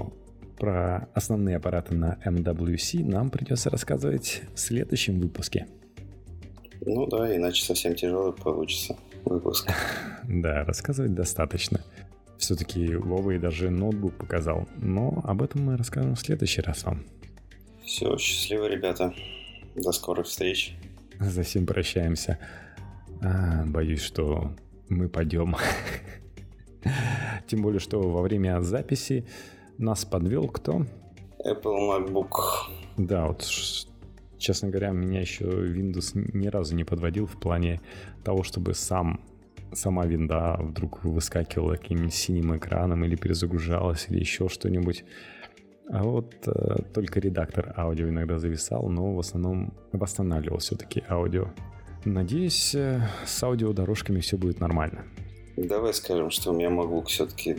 про основные аппараты на MWC нам придется рассказывать в следующем выпуске. Ну да, иначе совсем тяжелый получится выпуск. Да, рассказывать достаточно. Все-таки Huawei даже ноутбук показал. Но об этом мы расскажем в следующий раз вам. Все, счастливо, ребята. До скорых встреч. За всем прощаемся. Боюсь, что мы пойдем. Тем более, что во время записи нас подвел кто? Apple MacBook. Да, вот, честно говоря, меня еще Windows ни разу не подводил в плане того, чтобы сама винда вдруг выскакивала каким-нибудь синим экраном или перезагружалась, или еще что-нибудь. А вот только редактор аудио иногда зависал, но в основном восстанавливал все-таки аудио. Надеюсь, с аудиодорожками все будет нормально. Давай скажем, что у меня MacBook все-таки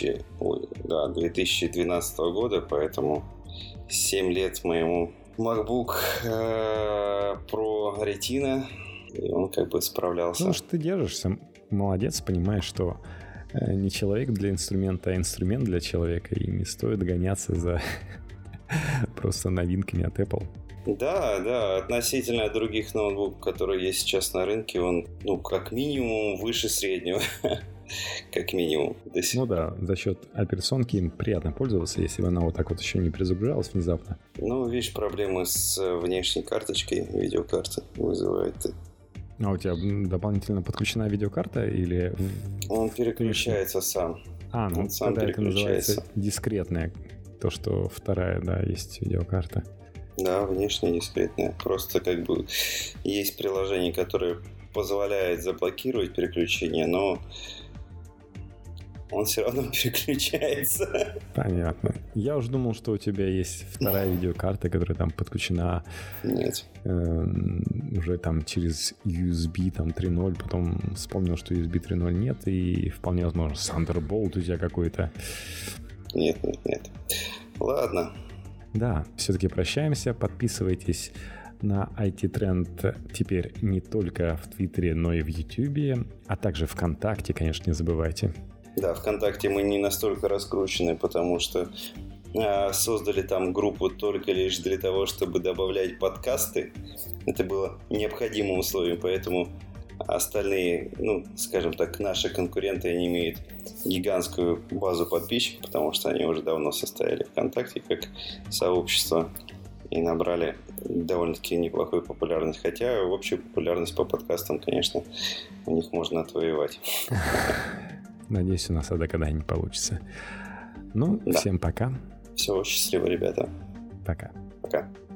2012 года, поэтому 7 лет моему MacBook Pro Retina, и он как бы справлялся. Ну, что ты держишься, молодец, понимаешь, что не человек для инструмента, а инструмент для человека, и не стоит гоняться за просто новинками от Apple. Да, относительно других ноутбуков, которые есть сейчас на рынке, он, как минимум, выше среднего. Как минимум. Ну да, за счет операционки им приятно пользоваться, если она вот так вот еще не перезагружалась внезапно. Ну, видишь, проблемы с внешней карточкой видеокарты вызывает. А у тебя дополнительно подключена видеокарта или... Он переключается сам. Он сам тогда это называется дискретная. То, что вторая, да, есть видеокарта. Да, внешне дискретная. Просто как бы есть приложение, которое позволяет заблокировать переключение, но он все равно переключается. Понятно. Я уже думал, что у тебя есть вторая видеокарта, которая там подключена. Нет. Уже там через USB там 3.0, потом вспомнил, что USB 3.0 нет, и вполне возможно Thunderbolt у тебя какой-то. Нет. Ладно. Да, все-таки прощаемся. Подписывайтесь на IT-тренд теперь не только в Твиттере, но и в Ютубе, а также ВКонтакте, конечно, не забывайте. Да, ВКонтакте мы не настолько раскручены, потому что создали там группу только лишь для того, чтобы добавлять подкасты. Это было необходимым условием, поэтому остальные, скажем так, наши конкуренты, они имеют гигантскую базу подписчиков, потому что они уже давно состояли ВКонтакте как сообщество и набрали довольно-таки неплохую популярность. Хотя общую популярность по подкастам, конечно, у них можно отвоевать. Надеюсь, у нас это когда-нибудь получится. Всем пока. Всего счастливо, ребята. Пока. Пока.